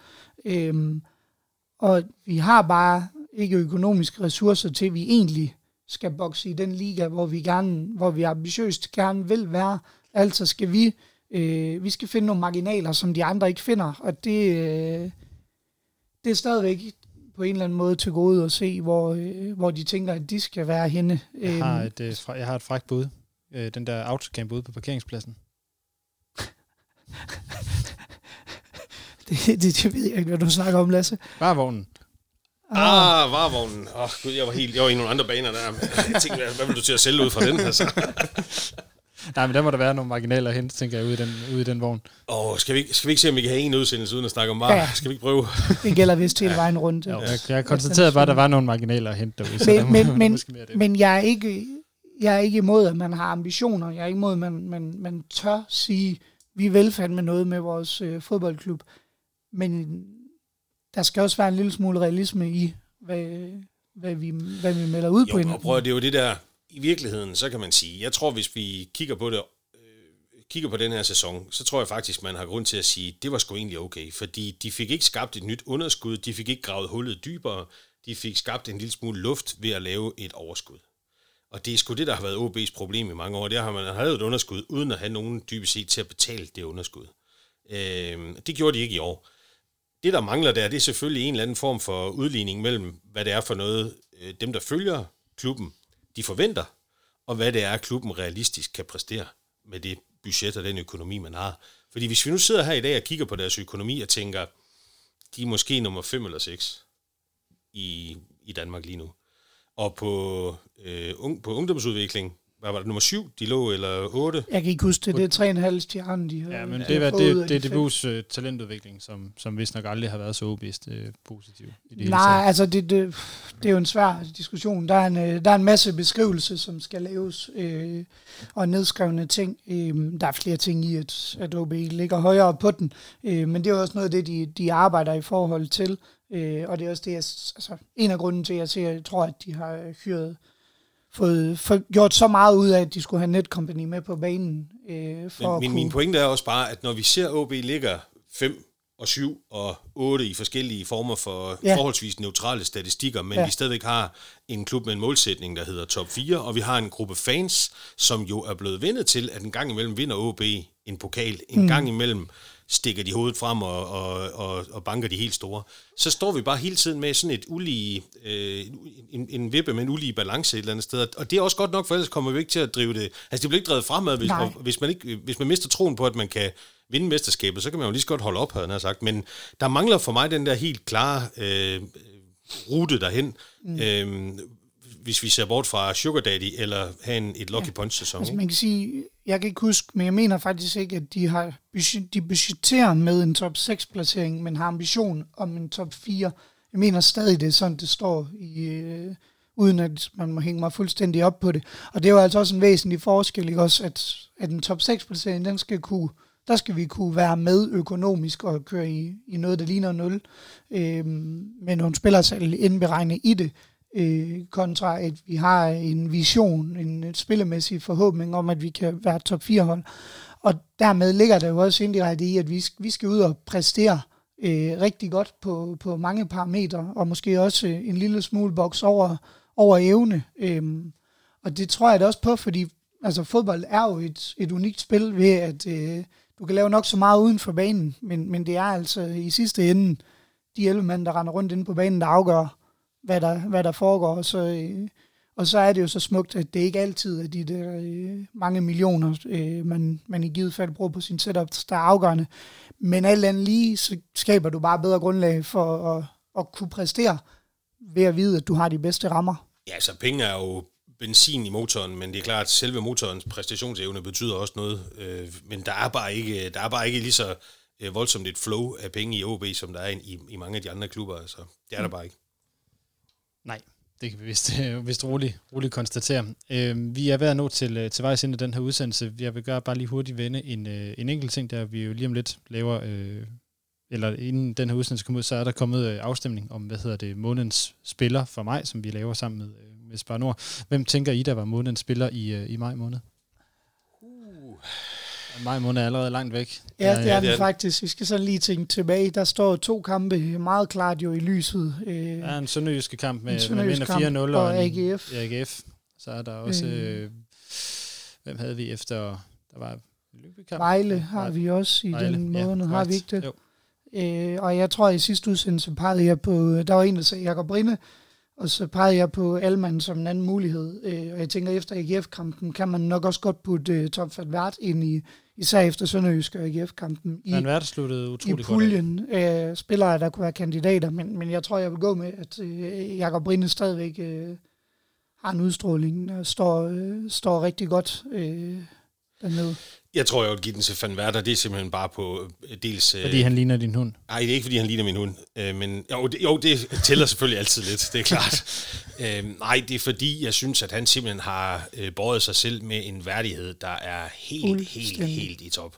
Og vi har bare ikke økonomiske ressourcer til, at vi egentlig skal bokse i den liga, hvor vi ambitiøst gerne vil være. Altså skal vi skal finde nogle marginaler, som de andre ikke finder, og det er stadigvæk på en eller anden måde til gode at se, hvor de tænker, at de skal være henne.
Jeg har et frækt bud. Den der autocamp ude på parkeringspladsen.
det ved jeg ikke, hvad du snakker om, Lasse.
Varevognen.
Varevognen. Gud, jeg var i nogle andre baner der. Jeg tænkte, hvad vil du til at sælge ud fra den? Altså?
Nej, men der må der være nogle marginaler hen, tænker jeg, ude i den vogn.
Skal vi ikke se, om vi kan have en udsendelse uden at snakke om varer? Ja. Skal vi ikke prøve?
Det gælder vist hele vejen rundt.
Jo, jeg konstaterede bare, at der var nogle marginaler at hente derude.
Men jeg er ikke imod, at man har ambitioner. Jeg er ikke imod, at man tør sige, vi vil fandme noget med vores fodboldklub. Men der skal også være en lille smule realisme i, hvad vi melder ud på.
Jo, prøv, det er jo det der, i virkeligheden, så kan man sige, jeg tror, hvis vi kigger på det, kigger på den her sæson, så tror jeg faktisk, man har grund til at sige, det var sgu egentlig okay, fordi de fik ikke skabt et nyt underskud, de fik ikke gravet hullet dybere, de fik skabt en lille smule luft ved at lave et overskud. Og det er sgu det, der har været OB's problem i mange år, det har man lavet et underskud, uden at have nogen dybest set til at betale det underskud. Det gjorde de ikke i år. Det, der mangler der, det er selvfølgelig en eller anden form for udligning mellem, hvad det er for noget, dem, der følger klubben, de forventer, og hvad det er, klubben realistisk kan præstere med det budget og den økonomi, man har. Fordi hvis vi nu sidder her i dag og kigger på deres økonomi og tænker, de er måske nummer 5 eller 6 i Danmark lige nu. Og på ungdomsudvikling, hvad var det, nummer 7, de lå, eller 8?
Jeg kan ikke huske det, det er 3,5 stjerner, de har.
Ja, men det er DBU's talentudvikling, som vist nok aldrig har været så åbvist positiv. I det
altså det er jo en svær diskussion. Der er en masse beskrivelse, som skal laves, og nedskrevne ting. Der er flere ting i, at OB ligger højere på den, men det er også noget af det, de arbejder i forhold til, og det er også det, en af grunden til, at jeg tror, at de har fået gjort så meget ud af, at de skulle have Netcompany med på banen.
Min pointe er også bare, at når vi ser OB ligger 5 og 7 og 8 i forskellige former for forholdsvis neutrale statistikker, men vi stadigvæk har en klub med en målsætning, der hedder top 4, og vi har en gruppe fans, som jo er blevet vendet til, at en gang imellem vinder OB en pokal, en gang imellem stikker de hovedet frem og banker de helt store. Så står vi bare hele tiden med sådan et ulige, en vippe med en ulige balance et eller andet sted. Og det er også godt nok, for ellers kommer vi ikke til at drive det. Altså det bliver ikke drevet fremad, hvis man mister troen på, at man kan vinde mesterskabet, så kan man jo lige så godt holde op, havde jeg sagt. Men der mangler for mig den der helt klare rute derhen. Hvis vi ser bort fra Sugar Daddy, eller have et Lucky Punch-sæson.
Altså man kan sige, jeg kan ikke huske, men jeg mener faktisk ikke, at de budgetterer med en top 6-placering, men har ambition om en top 4. Jeg mener stadig, det er sådan, det står uden at man må hænge mig fuldstændig op på det. Og det er jo altså også en væsentlig forskel, ikke også, at en top 6-placering, den skal kunne der skal vi kunne være med økonomisk og køre i noget, der ligner 0, med nogle spillersal indberegnet i det, kontra at vi har en vision, en spillemæssig forhåbning om, at vi kan være top 4-hold. Og dermed ligger der jo også indirekte i, at vi skal ud og præstere rigtig godt på mange parametre, og måske også en lille smule boks over evne. Og det tror jeg da også på, fordi altså, fodbold er jo et unikt spil ved, at du kan lave nok så meget uden for banen, men det er altså i sidste ende de 11 mænd, der render rundt inde på banen, der afgør, hvad der foregår. Og så er det jo så smukt, at det ikke altid er de der mange millioner, man i givet fald bruger på sin setup, der er afgørende. Men alt andet lige, så skaber du bare bedre grundlag for at kunne præstere ved at vide, at du har de bedste rammer.
Ja, så penge er jo benzin i motoren, men det er klart, at selve motorens præstationsevne betyder også noget. Men der er bare ikke lige så voldsomt et flow af penge i OB, som der er i mange af de andre klubber. Altså, det er der bare ikke.
Nej, det kan vi vist roligt konstatere. Vi er ved at nå til vejs ind i den her udsendelse. Jeg vil bare lige hurtigt vende en enkelt ting, der vi jo lige om lidt laver, eller inden den her udsendelse kommer ud, så er der kommet afstemning om, månedens spiller for mig, som vi laver sammen med Spar Nord. Hvem tænker I, der var månedens spiller i maj måned? Maj måned er allerede langt væk.
Ja, det er den faktisk. Vi skal så lige tænke tilbage. Der står 2 kampe meget klart jo i lyset.
Der er en sønderjyske kamp med vinder 4-0 og AGF. AGF. Så er der også... hvem havde vi efter... Der var Lyngby-kamp.
Vejle har vi også i den måned. Har vi ikke det? Og jeg tror, i sidste udsendelse pegede jeg på... Der var en, der sagde Jakob Brinde, og så pegede jeg på Alman som en anden mulighed. Og jeg tænker, efter AGF-kampen kan man nok også godt putte Top van Wert ind i, især efter Sønderjysk og AGF-kampen.
Van Wert sluttede utrolig
godt. I puljen spillere, der kunne være kandidater, men jeg tror, jeg vil gå med, at Jakob Brinde stadigvæk har en udstråling, og står rigtig godt dernede.
Jeg tror, jeg vil give den til Van Wert, og det er simpelthen bare på dels...
Fordi han ligner din hund?
Nej, det er ikke, fordi han ligner min hund. Men det tæller selvfølgelig altid lidt, det er klart. Nej, det er fordi, jeg synes, at han simpelthen har båret sig selv med en værdighed, der er helt i top.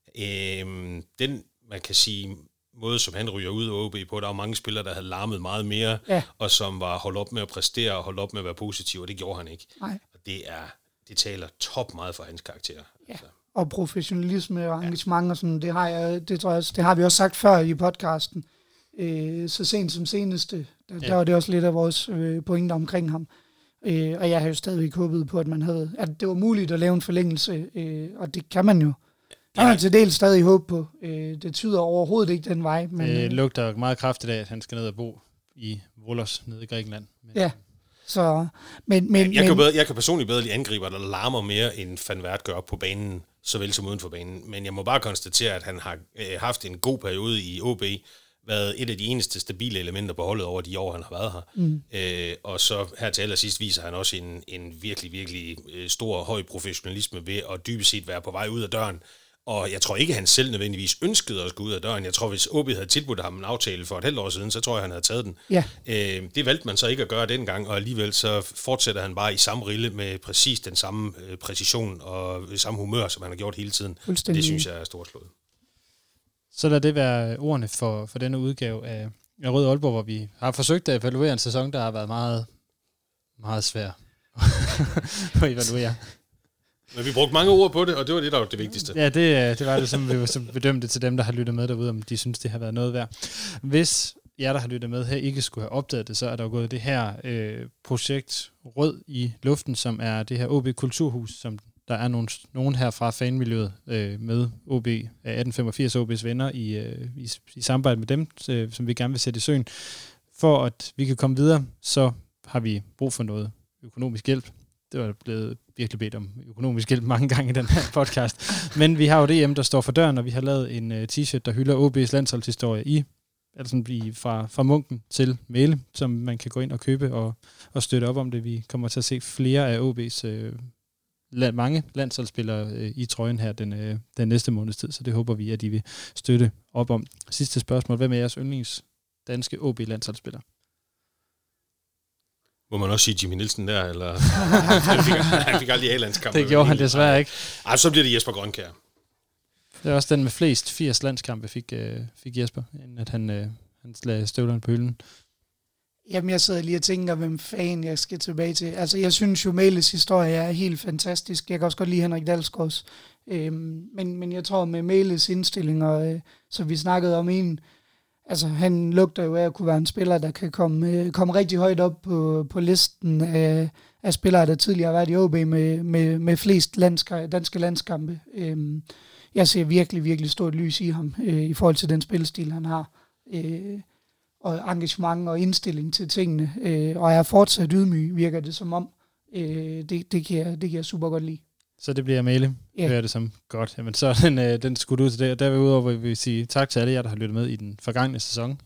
Den, man kan sige, måde, som han ryger ud af OB på, der var mange spillere, der havde larmet meget mere, og som var holdt op med at præstere og holdt op med at være positiv, og det gjorde han ikke. Nej. Og det taler top meget for hans karakter.
Ja. Altså. Og professionalisme og engagement og sådan, det har vi også sagt før i podcasten. Så sent som seneste, der var det også lidt af vores pointer omkring ham. Og jeg har jo stadigvæk håbet på, at det var muligt at lave en forlængelse, og det kan man jo. Det har man til del stadig håb på. Det tyder overhovedet ikke den vej. Men,
det lugter meget kraftigt af, at han skal ned og bo i Volos nede i Grækenland.
Ja. Så,
jeg kan personligt bedre lide angriber, der larmer mere end Van Wert gør på banen, såvel som uden for banen. Men jeg må bare konstatere, at han har haft en god periode i OB, været et af de eneste stabile elementer på holdet over de år, han har været her. Og så her til allersidst viser han også en virkelig, virkelig stor, høj professionalisme ved at dybest set være på vej ud af døren. Og jeg tror ikke, at han selv nødvendigvis ønskede at gå ud af døren. Jeg tror, hvis OB havde tilbudt ham en aftale for et halvt år siden, så tror jeg, han havde taget den.
Ja.
Det valgte man så ikke at gøre dengang, og alligevel så fortsætter han bare i samme rille med præcis den samme præcision og samme humør, som han har gjort hele tiden. Det synes jeg er storslået.
Så lad det være ordene for denne udgave af Rød Aalborg, hvor vi har forsøgt at evaluere en sæson, der har været meget, meget svær at evaluere.
Men vi brugte mange ord på det, og det var det, der var det vigtigste.
Ja, det var det, som vi bedømte til dem, der har lyttet med derude, om de synes, det har været noget værd. Hvis jer, der har lyttet med her, ikke skulle have opdaget det, så er der jo gået det her projekt Rød i luften, som er det her OB Kulturhus, som der er nogen her fra fanmiljøet med OB af 1885 OB's venner i samarbejde med dem, som vi gerne vil sætte i søen. For at vi kan komme videre, så har vi brug for noget økonomisk hjælp. Det var blevet virkelig bedt om økonomisk hjælp mange gange i den her podcast. Men vi har jo DM, der står for døren, og vi har lavet en t-shirt, der hylder OB's landsholdshistorie fra munken til Mæle, som man kan gå ind og købe og støtte op om det. Vi kommer til at se flere af OB's mange landsholdsspillere i trøjen her den næste måneds tid, så det håber vi, at de vil støtte op om. Sidste spørgsmål. Hvem er jeres yndlings danske OB-landsholdsspiller?
Må man også sige Jimmy Nielsen der, eller han fik aldrig A-landskamp.
Det gjorde han desværre ikke.
Ej, så bliver det Jesper Grønkjær.
Det er også den med flest 80 landskampe fik Jesper, inden at han lagde støvlerne på hylden.
Jamen, jeg sidder lige og tænker, hvem fanden jeg skal tilbage til. Altså, jeg synes jo, Mæles historie er helt fantastisk. Jeg kan også godt lide Henrik Dalsgaards. Men jeg tror, med Mæles indstillinger, så vi snakkede om en, altså, han lugter jo af at kunne være en spiller, der kan komme rigtig højt op på listen af spillere, der tidligere har været i OB med flest danske landskampe. Jeg ser virkelig, virkelig stort lys i ham, i forhold til den spillestil, han har. Og engagement og indstilling til tingene, og er fortsat ydmyg, virker det som om. Det kan jeg super godt lide.
Så det bliver Mæle, hører det som godt. Jamen, så er den skudt ud til det, og derudover vil vi sige tak til alle jer, der har lyttet med i den forgangne sæson.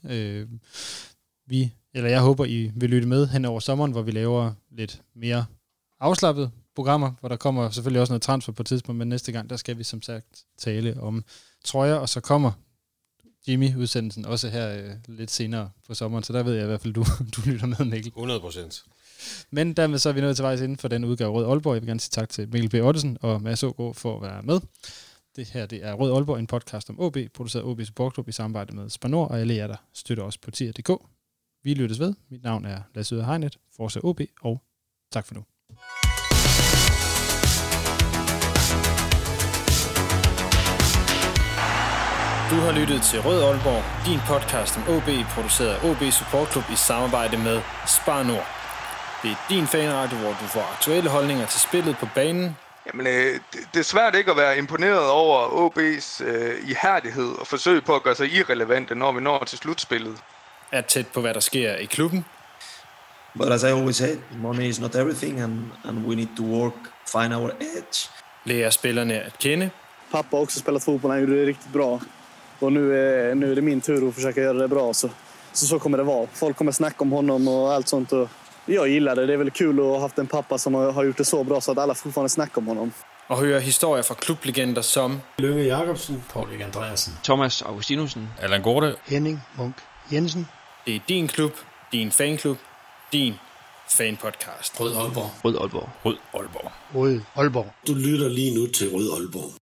Jeg håber, I vil lytte med hen over sommeren, hvor vi laver lidt mere afslappede programmer, hvor der kommer selvfølgelig også noget transfer på et tidspunkt, men næste gang, der skal vi som sagt tale om trøjer, og så kommer Jimmy-udsendelsen også her lidt senere på sommeren, så der ved jeg i hvert fald, du lytter med, Mikkel.
100%.
Men dermed så er vi nået til vejs inden for den udgave Rød Aalborg. Jeg vil gerne sige tak til Mikkel B. Ottesen og Mads Ågaard for at være med. Det her, det er Rød Aalborg, en podcast om OB, produceret OB Support Club i samarbejde med Spar Nord, og alle jer, der støtter os på tier.dk. Vi lyttes ved. Mit navn er Lasse Yder Hegnet, Forza OB, og tak for nu.
Du har lyttet til Rød Aalborg, din podcast om OB, produceret af OB Support Club i samarbejde med Spar Nord. Det er din fanradio, hvor du får aktuelle holdninger til spillet på banen.
Jamen, det er svært ikke at være imponeret over OB's ihærdighed og forsøg på at gøre sig irrelevante, når vi når til slutspillet.
Er tæt på, hvad der sker i klubben.
But as I always said, money is not everything, and we need to work, find our edge.
Lærer spillerne at kende.
Pappa har också spelat fotboll, han gjorde det riktigt bra. Och nu är det min tur att försöka göra det bra, så kommer det vara. Folk kommer snacka om honom och allt sånt. Och jag gillar det. Det är väl kul att ha haft en pappa som har gjort det så bra så att alla fortfarande snackar om honom.
Og høre historier fra klublegender som
Lønge Jacobsen,
Paul Erik Andreasen,
Thomas Augustinussen,
Allan Gorte,
Henning Munk Jensen.
det er din klub, din fanklub, din fanpodcast.
Rød Aalborg.
Rød Aalborg.
Rød Aalborg.
Rød Aalborg.
du lytter lige nu til Rød Aalborg.